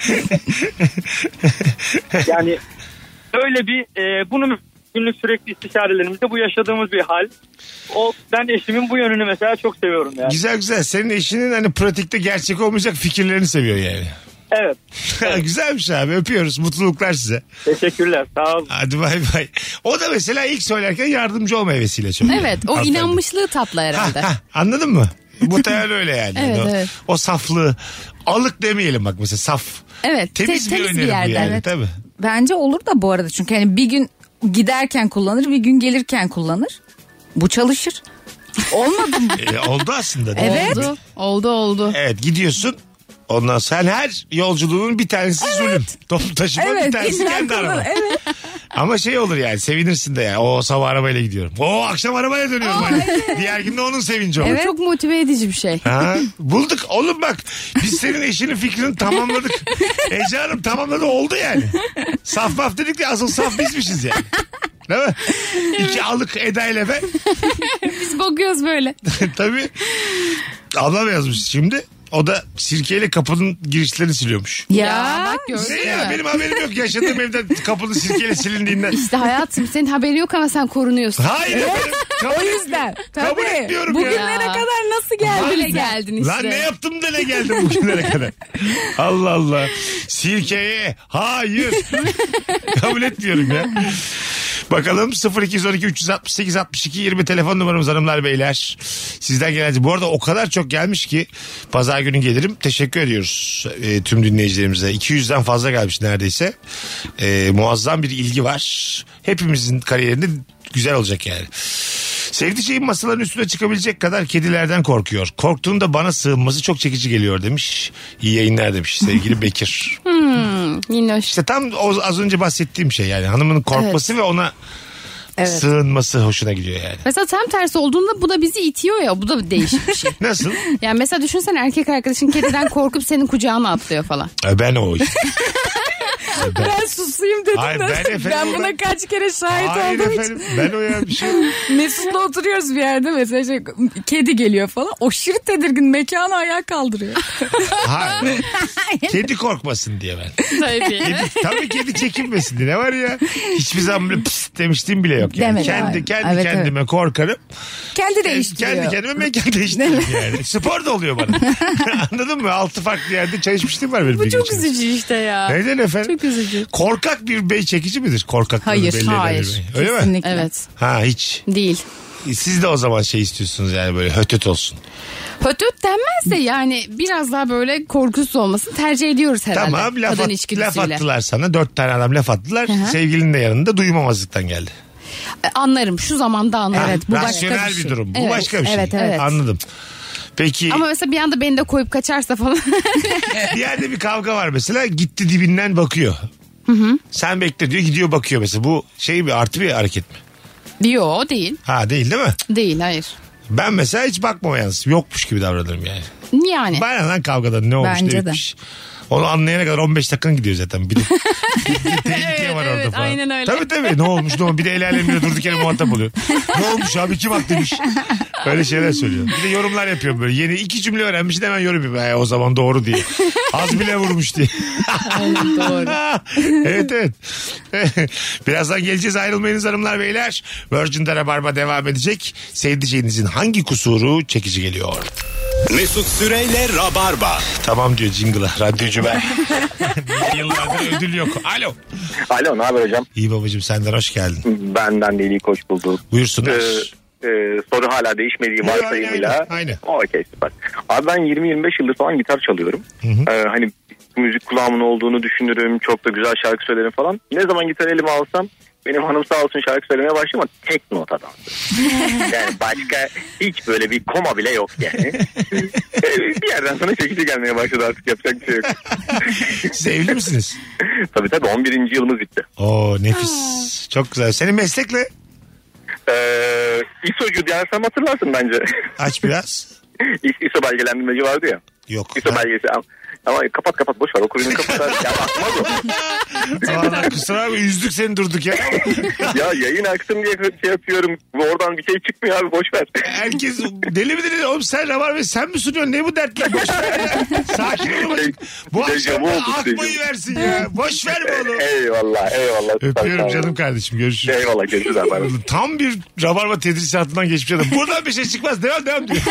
Yani öyle bir e, bunu günlük sürekli istişarelerimizde bu yaşadığımız bir hal. O, ben eşimin bu yönünü mesela çok seviyorum yani. Güzel güzel. Senin eşinin hani pratikte gerçek olmayacak fikirlerini seviyor yani. Evet. evet. Güzelmiş abi, öpüyoruz. Mutluluklar size. Teşekkürler, sağ olun. Hadi bay bay. O da mesela ilk söylerken yardımcı olma hevesiyle söylüyor. Evet, o Hanımefendi. inanmışlığı tatlı herhalde. Ha, ha, anladın mı? Muhtemelen öyle yani. Evet, yani o, evet. o saflığı, alık demeyelim bak mesela, saf. Evet. Temiz te- bir temiz bir önerim bu yerden. yani, Evet. tabii. Bence olur da bu arada, çünkü hani bir gün giderken kullanır, bir gün gelirken kullanır. Bu çalışır. Olmadı mı? E, oldu aslında. Evet. Oldu, oldu, oldu. Evet, gidiyorsun. Ondan sonra her yolculuğun bir tanesi evet. zulüm. Toplu taşıma evet, bir tanesi kendi araba. Evet. Ama şey olur yani, sevinirsin de yani. O sabah arabayla gidiyorum. O akşam arabayla dönüyorum. Hani. Diğer gün de onun sevinci olur. Evet. Çok motive edici bir şey. Ha, bulduk oğlum bak. Biz senin eşinin fikrini tamamladık. Ece Hanım tamamladı, oldu yani. Saf maf dedik de asıl saf bizmişiz yani. Değil mi? İki alık Eda ile ben. Biz bakıyoruz böyle. Tabii. Ablam yazmış şimdi. O da sirkeyle kapının girişlerini siliyormuş. Ya, ya bak gördün ne mü? ya, benim haberim yok yaşadığım evden kapının sirkeyle silindiğinden. İşte hayatım, senin haberin yok ama sen korunuyorsun. Hayır efendim. O yüzden. Kabul Tabii. etmiyorum Bugünlere ya. kadar nasıl geldin? Böyle geldin işte. Lan ne yaptım da ne geldim bugünlere kadar. Allah Allah. Sirkeye hayır. Kabul etmiyorum ya. Bakalım sıfır iki on iki üç altı sekiz altmış iki yirmi telefon numaramız hanımlar beyler. Sizden gelen. Bu arada o kadar çok gelmiş ki pazar günü gelirim. Teşekkür ediyoruz e, tüm dinleyicilerimize. iki yüzden fazla gelmiş neredeyse. E, muazzam bir ilgi var. Hepimizin kariyerinde güzel olacak yani. Sevdiceğim masaların üstüne çıkabilecek kadar kedilerden korkuyor. Korktuğunda bana sığınması çok çekici geliyor demiş. İyi yayınlar demiş sevgili Bekir. Hmm, minnoş. İşte tam o, az önce bahsettiğim şey yani. Hanımın korkması evet. ve ona evet. sığınması hoşuna gidiyor yani. Mesela tam tersi olduğunda bu da bizi itiyor ya. Bu da değişik bir şey. Nasıl? Yani mesela düşünsene, erkek arkadaşın kediden korkup senin kucağına atlıyor falan. Ben o işte. Ben, ben susayım dedim. Hayır, de. ben, efendim, ben buna ben... kaç kere şahit Hayır oldum. Efendim, ben o ya bir şey. Mesut'la oturuyoruz bir yerde mesela şey, kedi geliyor falan. Aşırı tedirgin, mekanı ayağa kaldırıyor. Hayır. Kedi korkmasın diye ben. Tabii. Kedi, tabii kedi çekinmesin diye. Ne var ya? Hiçbir zaman böyle pıs demiştiğim bile yok yani. Demedi kendi abi. kendi evet, kendime evet. korkarım. Kendi değiştiriyor. Kendi kendime mekan değiştiriyorum yani. Spor da oluyor bana. Anladın mı? Altı farklı yerde çay içmişliğim var benim. Bu çok için. Üzücü işte ya. Neden efendim? Çok üzücü. Korkak bir bey çekici midir? Korkak hayır, belli hayır. Bey. Öyle kesinlikle. mi? Evet. Ha hiç. Değil. Siz de o zaman şey istiyorsunuz yani, böyle hötöt olsun. Hötöt denmez de yani biraz daha böyle korkusuz olmasını tercih ediyoruz herhalde. Tamam, laf, Kadın at, laf attılar sana. Dört tane adam laf attılar. Hı-hı. Sevgilinin de yanında duymamazlıktan geldi. E, anlarım şu zamanda anlarım. Ha, Evet, bu rasyonel başka bir, bir şey. durum. Bu evet, başka bir şey. Evet, evet. Anladım. Peki. Ama mesela bir anda beni de koyup kaçarsa falan. Bir yerde bir kavga var mesela, gitti dibinden bakıyor. Hı hı. Sen bekle diyor, gidiyor bakıyor mesela. Bu şey bir artı bir hareket mi? Diyor, değil. Ha değil değil mi? Değil, hayır. Ben mesela hiç bakmam yalnız. Yokmuş gibi davranırım yani. Yani. Bana lan kavgadan ne olmuş bence ne bitmiş. Onu anlayana kadar on beş dakikan gidiyor zaten. Bir de, bir de tehlike Evet, var orada evet, falan. aynen öyle. Tabii tabii ne olmuş ne olmuş. Bir de el alemle durduk yere muhatap oluyor. Ne olmuş abi kim haklıymış. Öyle şeyler söylüyor. Bir de yorumlar yapıyorum böyle. Yeni iki cümle öğrenmişsin hemen yorum yapıyorum. E, o zaman doğru diye. Az bile vurmuş diye. Aynen doğru. Evet evet. Birazdan geleceğiz, ayrılmayınız hanımlar beyler. Virgin'de Rabarba devam edecek. Sevdiceğinizin hangi kusuru çekici geliyor? Mesut Süreyle Rabarba. Tamam diyor jingle'a. Radyocu ben. Yıllardır ödül yok. Alo. Alo, ne haber hocam? İyi babacığım, senden hoş geldin. Benden de iyi, hoş bulduk. Buyursunlar. Ee, e, soru hala değişmediği varsayımıyla. Aynen. Okey, süper. Abi ben yirmi yirmi beş yıldır falan gitar çalıyorum. Hı hı. Ee, hani müzik kulağımın olduğunu düşünürüm. Çok da güzel şarkı söylerim falan. Ne zaman gitar elime alsam benim hanım sağ olsun şarkı söylemeye başlıyor ama tek notadan. Yani başka hiç böyle bir koma bile yok yani. Bir yerden sonra çekici gelmeye başladı, artık yapacak bir şey yok. Siz evli misiniz? Tabii tabii, on birinci yılımız bitti. Oo nefis. Çok güzel. Senin meslek ne? Ee, İSO'cu dersem hatırlarsın bence. Aç biraz. İSO belgelendirmeci vardı ya. Yok. İSO belgesi. Ama kapat kapat boş ver, o kurunun kapat. Ya bakmaz o. Valla kusura bakma, üzdük seni durduk ya. Ya yayın aksın diye şey yapıyorum. Oradan bir şey çıkmıyor abi, boş ver. Herkes deli mi deli? Oğlum sen Rabar ve sen mi sunuyorsun? Ne bu dertler? Boş ver ya. Sakin ol. Bu akşam da akmayı versin ya. Boş ver be oğlum. Eyvallah eyvallah. Öpüyorum canım kardeşim, görüşürüz. Eyvallah, görüşürüz abi. Tam bir Rabarba tedrisatından geçmiş adam. Buradan bir şey çıkmaz. Devam devam diyor.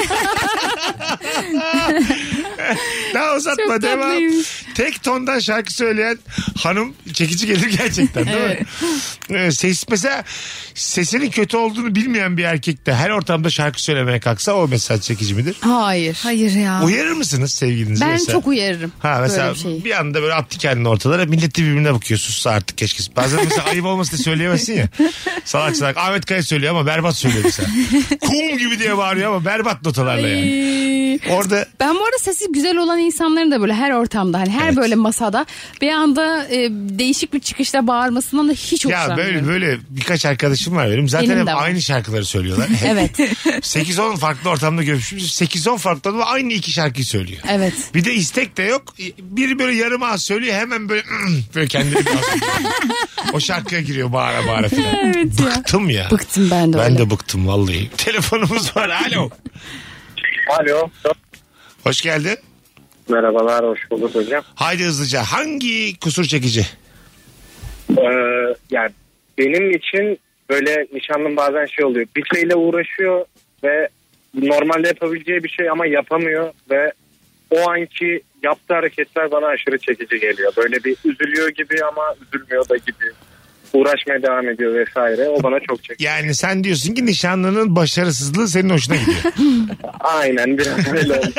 Daha uzatma, Çok devam. tatlıymış. Tek tondan şarkı söyleyen hanım çekici gelir gerçekten, değil mi? Evet, ses, mesela sesinin kötü olduğunu bilmeyen bir erkek de her ortamda şarkı söylemeye kalksa o mesela çekici midir? Hayır. Hayır ya. Uyarır mısınız sevgilinizi Ben mesela? çok uyarırım. Ha mesela böyle bir şeyi. bir anda böyle attı kendini ortalara, millet de birbirine bakıyor, sussa artık keşke. Bazen mesela ayıp olmasın diye söyleyemezsin ya. Sanatçılar Ahmet Kaya söylüyor ama berbat söylüyor mesela. Kum gibi diye bağırıyor ama berbat notalarla yani. Orada Ben bu arada sesi güzel olan insanların da böyle her ortamda, hani her Evet. böyle masada bir anda e, değişik bir çıkışta bağırmasından da hiç ya hoşlanmıyorum. böyle böyle birkaç arkadaşım var benim. Zaten Benim hep de var. aynı şarkıları söylüyorlar. Evet. sekiz on farklı ortamda görüşmüşüz. sekiz on farklı adamla aynı iki şarkıyı söylüyor. Evet. Bir de istek de yok. Biri böyle yarım ağız söylüyor, hemen böyle böyle kendini bir ağız söylüyor. O şarkıya giriyor bağıra bağıra falan. Evet ya. Bıktım ya. Bıktım ben de Ben öyle. de bıktım vallahi. Telefonumuz var. Alo. Alo. Hoş geldin. Merhabalar, hoş bulduk hocam. Haydi hızlıca. Hangi kusur çekici? Ee, yani benim için böyle nişanlım bazen şey oluyor. Bir şeyle uğraşıyor ve normalde yapabileceği bir şey ama yapamıyor ve o anki yaptığı hareketler bana aşırı çekici geliyor. Böyle bir üzülüyor gibi ama üzülmüyor da gibi. Uğraşmaya devam ediyor vesaire. O bana çok çekici. Yani sen diyorsun ki nişanlının başarısızlığı senin hoşuna gidiyor. Aynen, biraz öyle oldu.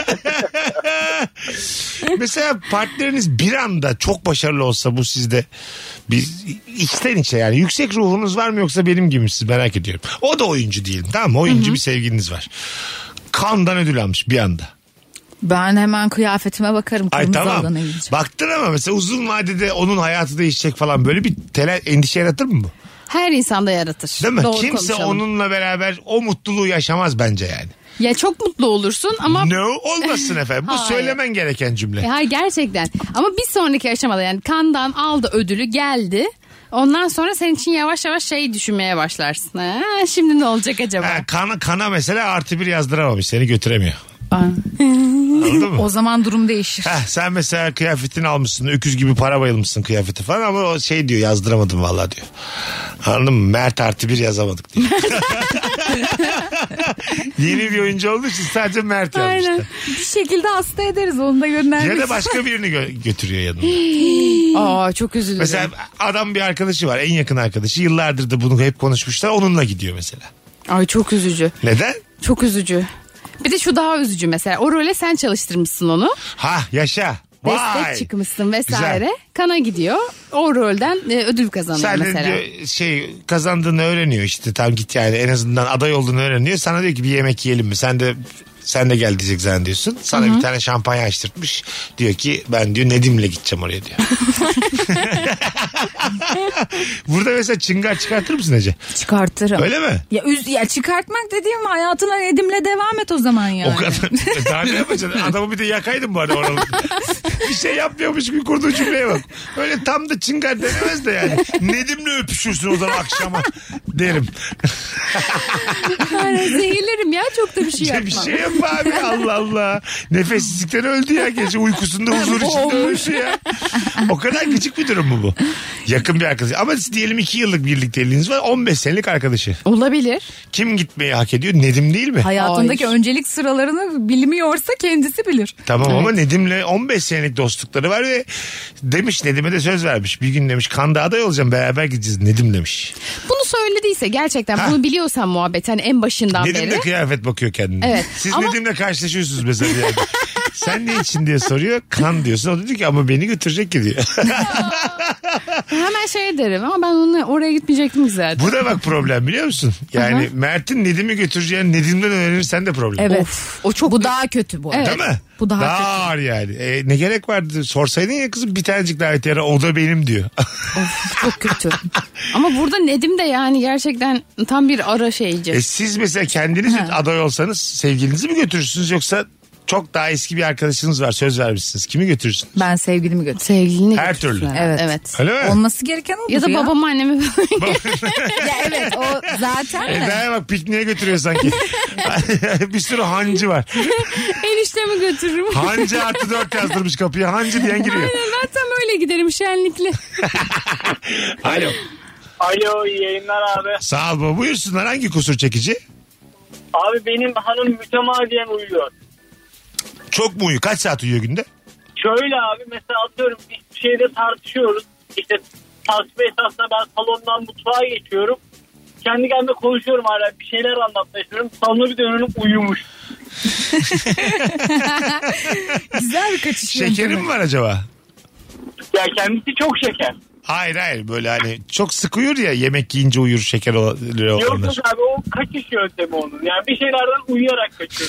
Mesela partneriniz bir anda çok başarılı olsa, bu sizde bir içten içe yani yüksek ruhunuz var mı yoksa benim gibi misiniz, merak ediyorum. O da oyuncu diyelim, tamam mı? Oyuncu Hı-hı. bir sevgiliniz var. Cannes'dan ödül almış bir anda. Ben hemen kıyafetime bakarım. Ay Kırmızı tamam. alana gideceğim. Baktın ama mesela uzun vadede onun hayatı değişecek falan, böyle bir tele, endişe yaratır mı bu? Her insanda yaratır. Değil mi? Doğru Kimse konuşalım. onunla beraber o mutluluğu yaşamaz bence yani. Ya çok mutlu olursun ama... No, olmasın efendim. Bu Hayır. söylemen gereken cümle. E, hayır gerçekten. Ama bir sonraki aşamada yani Cannes'dan aldı ödülü, geldi. Ondan sonra senin için yavaş yavaş şey düşünmeye başlarsın. Ha, şimdi ne olacak acaba? Ha, kana, kana mesela artı bir yazdıramamış, seni götüremiyor. Anladın mı? O zaman durum değişir. Heh, sen mesela kıyafetini almışsın, öküz gibi para bayılmışsın kıyafeti falan ama o şey diyor, yazdıramadım vallahi diyor. Anladın mı? Mert artı bir yazamadık diyor. Yeni bir oyuncu olduğu için sadece Mert yazmışlar. Aynen. Bir şekilde hasta ederiz, onu da göndermek. Ya da başka birini gö- götürüyor yanına. Aa çok üzülürüm. Mesela adam bir arkadaşı var, en yakın arkadaşı, yıllardır da bunu hep konuşmuşlar, onunla gidiyor mesela. Ay çok üzücü. Neden? Çok üzücü. Bir de şu daha üzücü mesela. O role sen çalıştırmışsın onu. Ha yaşa. Destek Vay. çıkmışsın vesaire. Güzel. Kana gidiyor. O rolden e, ödül kazanıyor Sen de mesela. diyor, şey kazandığını öğreniyor işte, tam git yani, en azından aday olduğunu öğreniyor. Sana diyor ki bir yemek yiyelim mi? Sen de Sen de gel diyecek zannediyorsun. Sana Hı-hı. bir tane şampanya açtırtmış. Diyor ki ben diyor Nedim'le gideceğim oraya diyor. Burada mesela çıngar çıkartır mısın Ece? Çıkartırım. Öyle mi? Ya, üz, ya çıkartmak dediğim hayatına Nedim'le devam et o zaman yani. O kadar. Daha ne yapacaksın? Adamı bir de yakaydın bari oralıkta. Bir şey yapmıyormuş gibi kurduğu cümleye bak. Öyle tam da çıngar denemez de yani. Nedim'le öpüşürsün o zaman akşama derim. Yani zehirlerim ya, çok da bir şey yapmam. Bir şey yap abi, Allah Allah. Nefessizlikten öldü ya gece, uykusunda huzur içinde öldü ya. O kadar küçük bir durum mu bu? Yakın bir arkadaş. Ama diyelim iki yıllık birlikteliğiniz var, on beş senelik arkadaşı. Olabilir. Kim gitmeyi hak ediyor? Nedim değil mi? Hayatındaki Hayır. öncelik sıralarını bilmiyorsa kendisi bilir. Tamam evet. Ama Nedim'le on beş senelik dostlukları var ve demiş, Nedim'e de söz vermiş. Bir gün demiş Kanda aday olacağım, beraber gideceğiz Nedim demiş. Bunu söylediyse gerçekten, ha. bunu biliyorsan muhabbet hani en başından Nedim beri. Nedim de kıyafet bakıyor kendine. Evet. Siz ama... Nedim'le karşılaşıyorsunuz mesela yani. Sen ne için diye soruyor. Kan diyorsun. O da diyor ki ama beni götürecek ki diyor. Hemen şey derim ama ben onunla oraya gitmeyecektim ki zaten. Bu da bak problem, biliyor musun? Yani Aha. Mert'in Nedim'i götüreceğini Nedim'den öğrenirsen de problem. Evet. Of, o çok bu daha kötü bu. Evet. Değil mi? Bu daha, daha kötü. ağır yani. E, ne gerek vardı? Sorsaydın ya kızım, bir tanecik davet yara, o da benim diyor. Of, çok kötü. Ama burada Nedim de yani gerçekten tam bir ara şeyci. E, siz mesela kendiniz ha. aday olsanız sevgilinizi mi götürürsünüz, yoksa çok daha eski bir arkadaşınız var, söz vermişsiniz, kimi götürürsünüz? Ben sevgilimi götürürüm. Sevgilini her türlü. Evet. evet. Öyle mi? Olması gereken olur ya. Da ya. babamı annemi. Ya evet, o zaten de. Eda'ya bak, pikniğe götürüyor sanki. Bir sürü hancı var. Eniştemi götürürüm. Hancı artı dört yazdırmış kapıya. Hancı diyen giriyor. Aynen, ben tam öyle giderim şenlikli. Alo. Alo, iyi yayınlar abi. Sağ ol baba. Buyursunlar, hangi kusur çekici? Abi benim hanım mütemadiyen uyuyor. Çok mu uyuyor? Kaç saat uyuyor günde? Şöyle abi, mesela atıyorum bir şeyde tartışıyoruz. İşte tartışma esasında ben salondan mutfağa geçiyorum. Kendi kendime konuşuyorum hala, bir şeyler anlatmaya çalışıyorum. Salona bir dönüyorum, uyumuş. Güzel bir kaçış. Şekerim mi var acaba? Ya kendisi çok şeker. Hayır hayır, böyle hani çok sık uyur ya, yemek yiyince uyur şeker olanlar. Yok yok abi, o kaçış yöntemi onun. Yani bir şeylerden uyuyarak kaçıyor.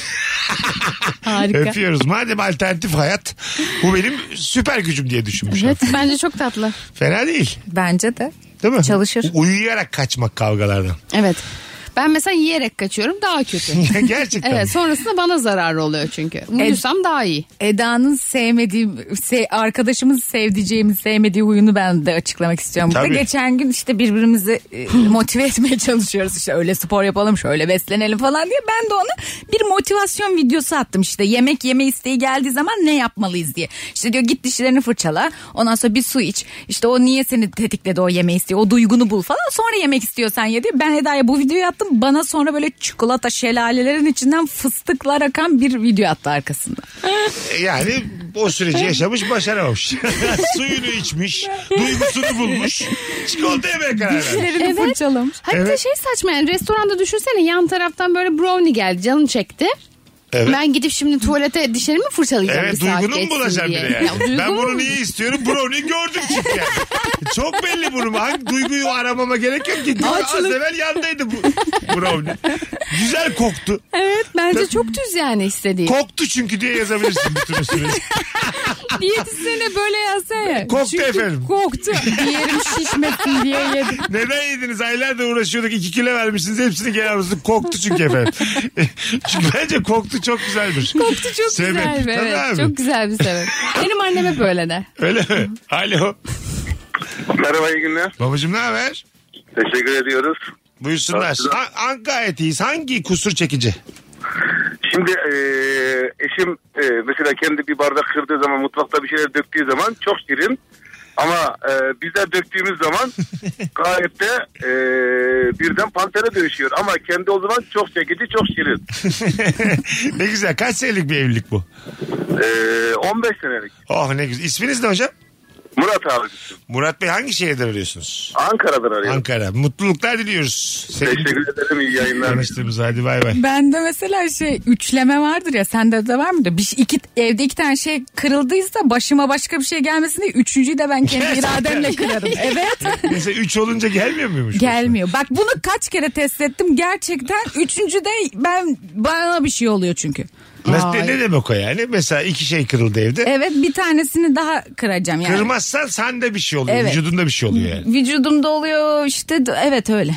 Harika. Öpüyoruz. Madem alternatif hayat, bu benim süper gücüm diye düşünmüş. Evet, bence çok tatlı. Fena değil. Bence de. Değil mi? Çalışır. Uyuyarak kaçmak kavgalardan. Evet. Ben mesela yiyerek kaçıyorum, daha kötü. Gerçekten. Evet, sonrasında bana zararı oluyor çünkü. Uyursam Ed- daha iyi. Eda'nın sevmediğim, se- arkadaşımız sevdiceğimiz sevmediği huyunu ben de açıklamak istiyorum. Burada geçen gün işte birbirimizi motive etmeye çalışıyoruz. İşte öyle spor yapalım, şöyle beslenelim falan diye. Ben de ona bir motivasyon videosu attım. İşte yemek yeme isteği geldiği zaman ne yapmalıyız diye. İşte diyor git dişlerini fırçala. Ondan sonra bir su iç. İşte o niye seni tetikledi o yeme isteği. O duygunu bul falan. Sonra yemek istiyorsan ye diye. Ben Eda'ya bu videoyu attım. Bana sonra böyle çikolata şelalelerin içinden fıstıklar akan bir video attı arkasında. Yani o süreci yaşamış, başaramamış. Suyunu içmiş, duygusunu bulmuş, çikolata yemeye karar vermiş. Dişlerini evet. fırçalamış. Hatta evet. şey saçma yani, restoranda düşünsene, yan taraftan böyle brownie geldi, canın çekti. Evet. Ben gidip şimdi tuvalete dişlerimi fırçalayacağım evet, bir saat duygunu mu bulacağım bir de yani? Ya, ben bunu niye istiyorum? Brownie gördüm çünkü yani. Çok belli bunu. Hangi duyguyu aramama gerek yok ki. Az evvel yandaydı bu brownie. Güzel koktu. Evet, bence ben, çok düz yani istediğim. Koktu çünkü diye yazabilirsin bütün süreci. Diyetisyene böyle yazsana. Koktu çünkü efendim. Koktu. Bir yerim şişmesin diye yedim. Neden yediniz? Aylardır uğraşıyorduk. iki kilo vermişsiniz. Hepsini geri almışsınız. Koktu çünkü efendim. Çünkü bence koktu çok güzeldir. Koktu çok sebep. Güzel bir, evet. Abi. Çok güzel bir sebep. Benim annem hep öyle der. Öyle mi? Alo. Merhaba, iyi günler. Babacığım ne haber? Teşekkür ediyoruz. Buyursunlar. Ha, gayet iyiyiz. Hangi kusur çekici? Şimdi e, eşim e, mesela kendi bir bardak kırdığı zaman, mutfakta bir şeyler döktüğü zaman çok şirin. Ama e, bizler döktüğümüz zaman gayet de e, birden pantere dönüşüyor. Ama kendi o zaman çok çekici, çok şirin. Ne güzel. Kaç senelik bir evlilik bu? E, on beş senelik. Oh ne güzel. İsminiz ne hocam? Murat abi. Murat Bey hangi şehirden arıyorsunuz? Ankara'dan arıyorum. Ankara. Mutluluklar diliyoruz. Teşekkür ederim. İyi yayınlar. Tanıştığımız hadi bay bay. Bende mesela şey üçleme vardır ya, sende de var mıdır? Bir, iki, evde iki tane şey kırıldıysa başıma başka bir şey gelmesin diye üçüncüyü de ben kendi irademle kırarım. Evet. Mesela üç olunca gelmiyor muymuş? Gelmiyor. Bak bunu kaç kere test ettim. Gerçekten üçüncüde ben bana bir şey oluyor çünkü. Nasıl, ne, ne demek o yani? Mesela iki şey kırıldı evde. Evet, bir tanesini daha kıracağım yani. Kırmazsan sende bir şey oluyor. Evet. Vücudunda bir şey oluyor yani. Vücudumda oluyor işte, evet öyle.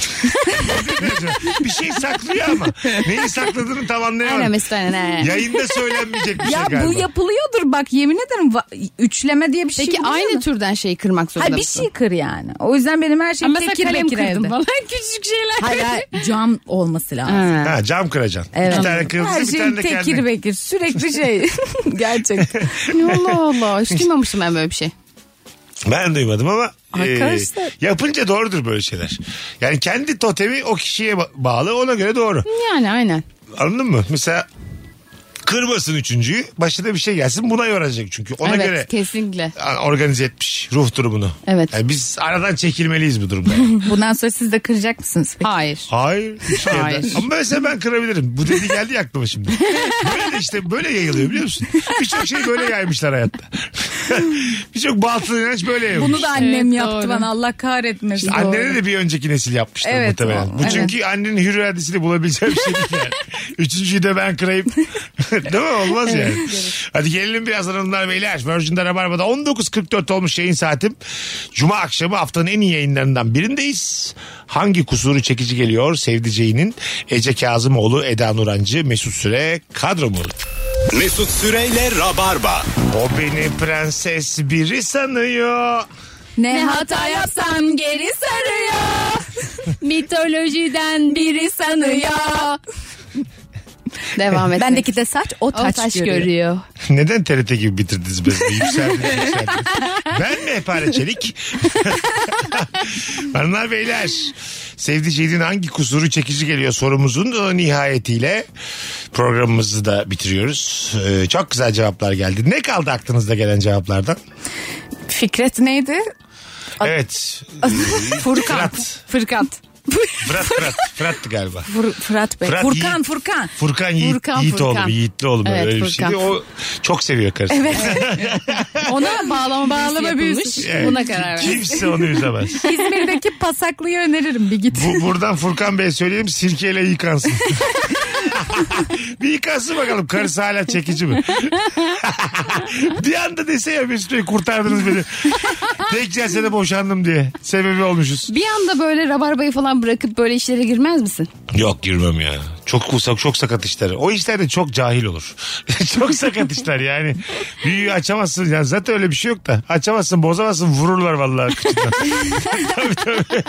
Bir şey saklıyor ama. Neyi sakladığını tam anlayamadım. Aynen Mesut, aynen. Yayında söylenmeyecek bir ya şey galiba. bu yapılıyordur bak, yemin ederim, va- üçleme diye bir şey. Peki aynı mu? türden şeyi kırmak zorunda Hayır, bir mısın? şey kır yani. O yüzden benim her şeyim Ama mesela tekir kalem bekir kırdım evde. falan, küçücük şeyler. Hayır, hayır, cam olması lazım. Ha. Ha, cam kıracaksın. Evet. İki tane kırmızı, Her bir tane de şeyim tekir kendine. bekir, sürekli şey. Gerçekten. Allah Allah, hiç duymamıştım ben böyle bir şey. Ben duymadım ama Arkadaşlar. e, yapınca doğrudur böyle şeyler. Yani kendi totemi o kişiye ba- bağlı, ona göre doğru. Yani aynen. Anladın mı? Mesela kırmasın üçüncüyü, başına bir şey gelsin, buna yoracak çünkü. Ona evet, göre kesinlikle. organize etmiş ruh durumunu. Evet. Yani biz aradan çekilmeliyiz bu durumda. Bundan sonra siz de kıracak mısınız peki? Hayır. Hayır. hiç Hayır. yerden. Ama mesela ben kırabilirim. Bu dediği geldi ya aklıma şimdi. Böyle de işte böyle yayılıyor biliyor musun? Birçok şey böyle yaymışlar hayatta. Birçok batıl inanç böyle yayılmış. Bunu da annem Evet, yaptı doğru. bana, Allah kahretmesin. İşte annene de bir önceki nesil yapmıştır Evet, muhtemelen. o- Bu evet. çünkü annenin hür iradesiyle bulabileceği bir şey değil yani. Üçüncüyü de ben kırayım. Değil mi? Olmaz yani. Hadi gelelim biraz hanımlar beyler. Virgin'de Rabarba'da on dokuz kırk dört olmuş yayın saatim. Cuma akşamı haftanın en iyi yayınlarından birindeyiz. Hangi kusuru çekici geliyor sevdiceğinin? Ece Kazımoğlu, Eda Nurancı, Mesut Süre kadromu. Mesut Süreyle Rabarba. O beni prenses biri sanıyor. Ne hata yapsam geri sarıyor. Mitolojiden biri sanıyor. Devam et. Bendeki de saç o O taç, taş görüyor. görüyor. Neden T R T gibi bitirdiniz beni? Yükseldiniz, yükseldiniz. Ben mi Hepare Çelik? Hanımlar beyler, sevdiceğinin hangi kusuru çekici geliyor sorumuzun nihayetiyle programımızı da bitiriyoruz. Ee, çok güzel cevaplar geldi. Ne kaldı aklınızda gelen cevaplardan? Fikret neydi? Evet. Furkan. Fırat. Fırkat. Fırat, Fırat. Fırat'tı galiba. Fır- Fırat Bey. Fırat Furkan, Yiğit. Furkan. Furkan Yiğit, Furkan, Yiğitoğlu, Furkan. Yiğitlioğlu böyle Evet, öyle bir Furkan. şeydi. O çok seviyor karısı. Evet. Ona bağlama Bağlama büyüsü büyüsü. yapılmış. Evet, Buna karar ver. kimse onu üzemez. İzmir'deki Pasaklıyı öneririm, bir git. Bu, buradan Furkan Bey söyleyeyim, sirkeyle yıkansın. Bir yıkansın bakalım, karısı hala çekici mi? Bir anda dese ya Mesut Bey kurtardınız beni. Tek celsede boşandım diye. Sebebi olmuşuz. Bir anda böyle Rabarba'yı falan bırakıp böyle işlere girmez misin? Yok, girmem ya. Çok kusak, çok sakat işler. O işlerde çok cahil olur. Çok sakat işler yani. Büyüyü açamazsın. Yani zaten öyle bir şey yok da. Açamazsın, bozamazsın, vururlar vallahi kıçından. Tabii tabii.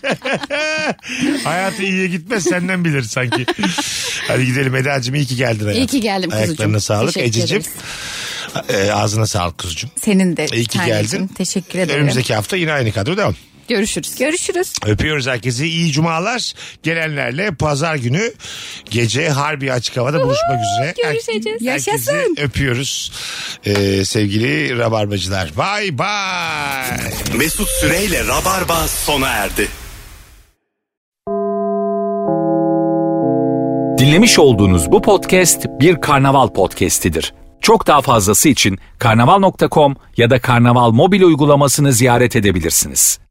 Hayatı iyiye gitmez, senden bilir sanki. Hadi gidelim Eda'cığım, iyi ki geldin hayatım. İyi ki geldim kuzucuğum. Ayaklarına sağlık. Teşekkür Ececiğim, ederiz. e, ağzına sağlık kuzucuğum. Senin de. İyi ki Tanecim. geldin. Teşekkür ederim. Önümüzdeki hafta yine aynı kadro devam. Görüşürüz. Görüşürüz. Öpüyoruz herkesi. İyi cumalar. Gelenlerle pazar günü gece harbi açık havada buluşmak üzere. görüşeceğiz. Herkesi Yaşasın. öpüyoruz. Ee, sevgili rabarbacılar. Bye bye. Mesut Süreyle Rabarba sona erdi. Dinlemiş olduğunuz bu podcast bir karnaval podcastidir. Çok daha fazlası için karnaval nokta com ya da karnaval mobil uygulamasını ziyaret edebilirsiniz.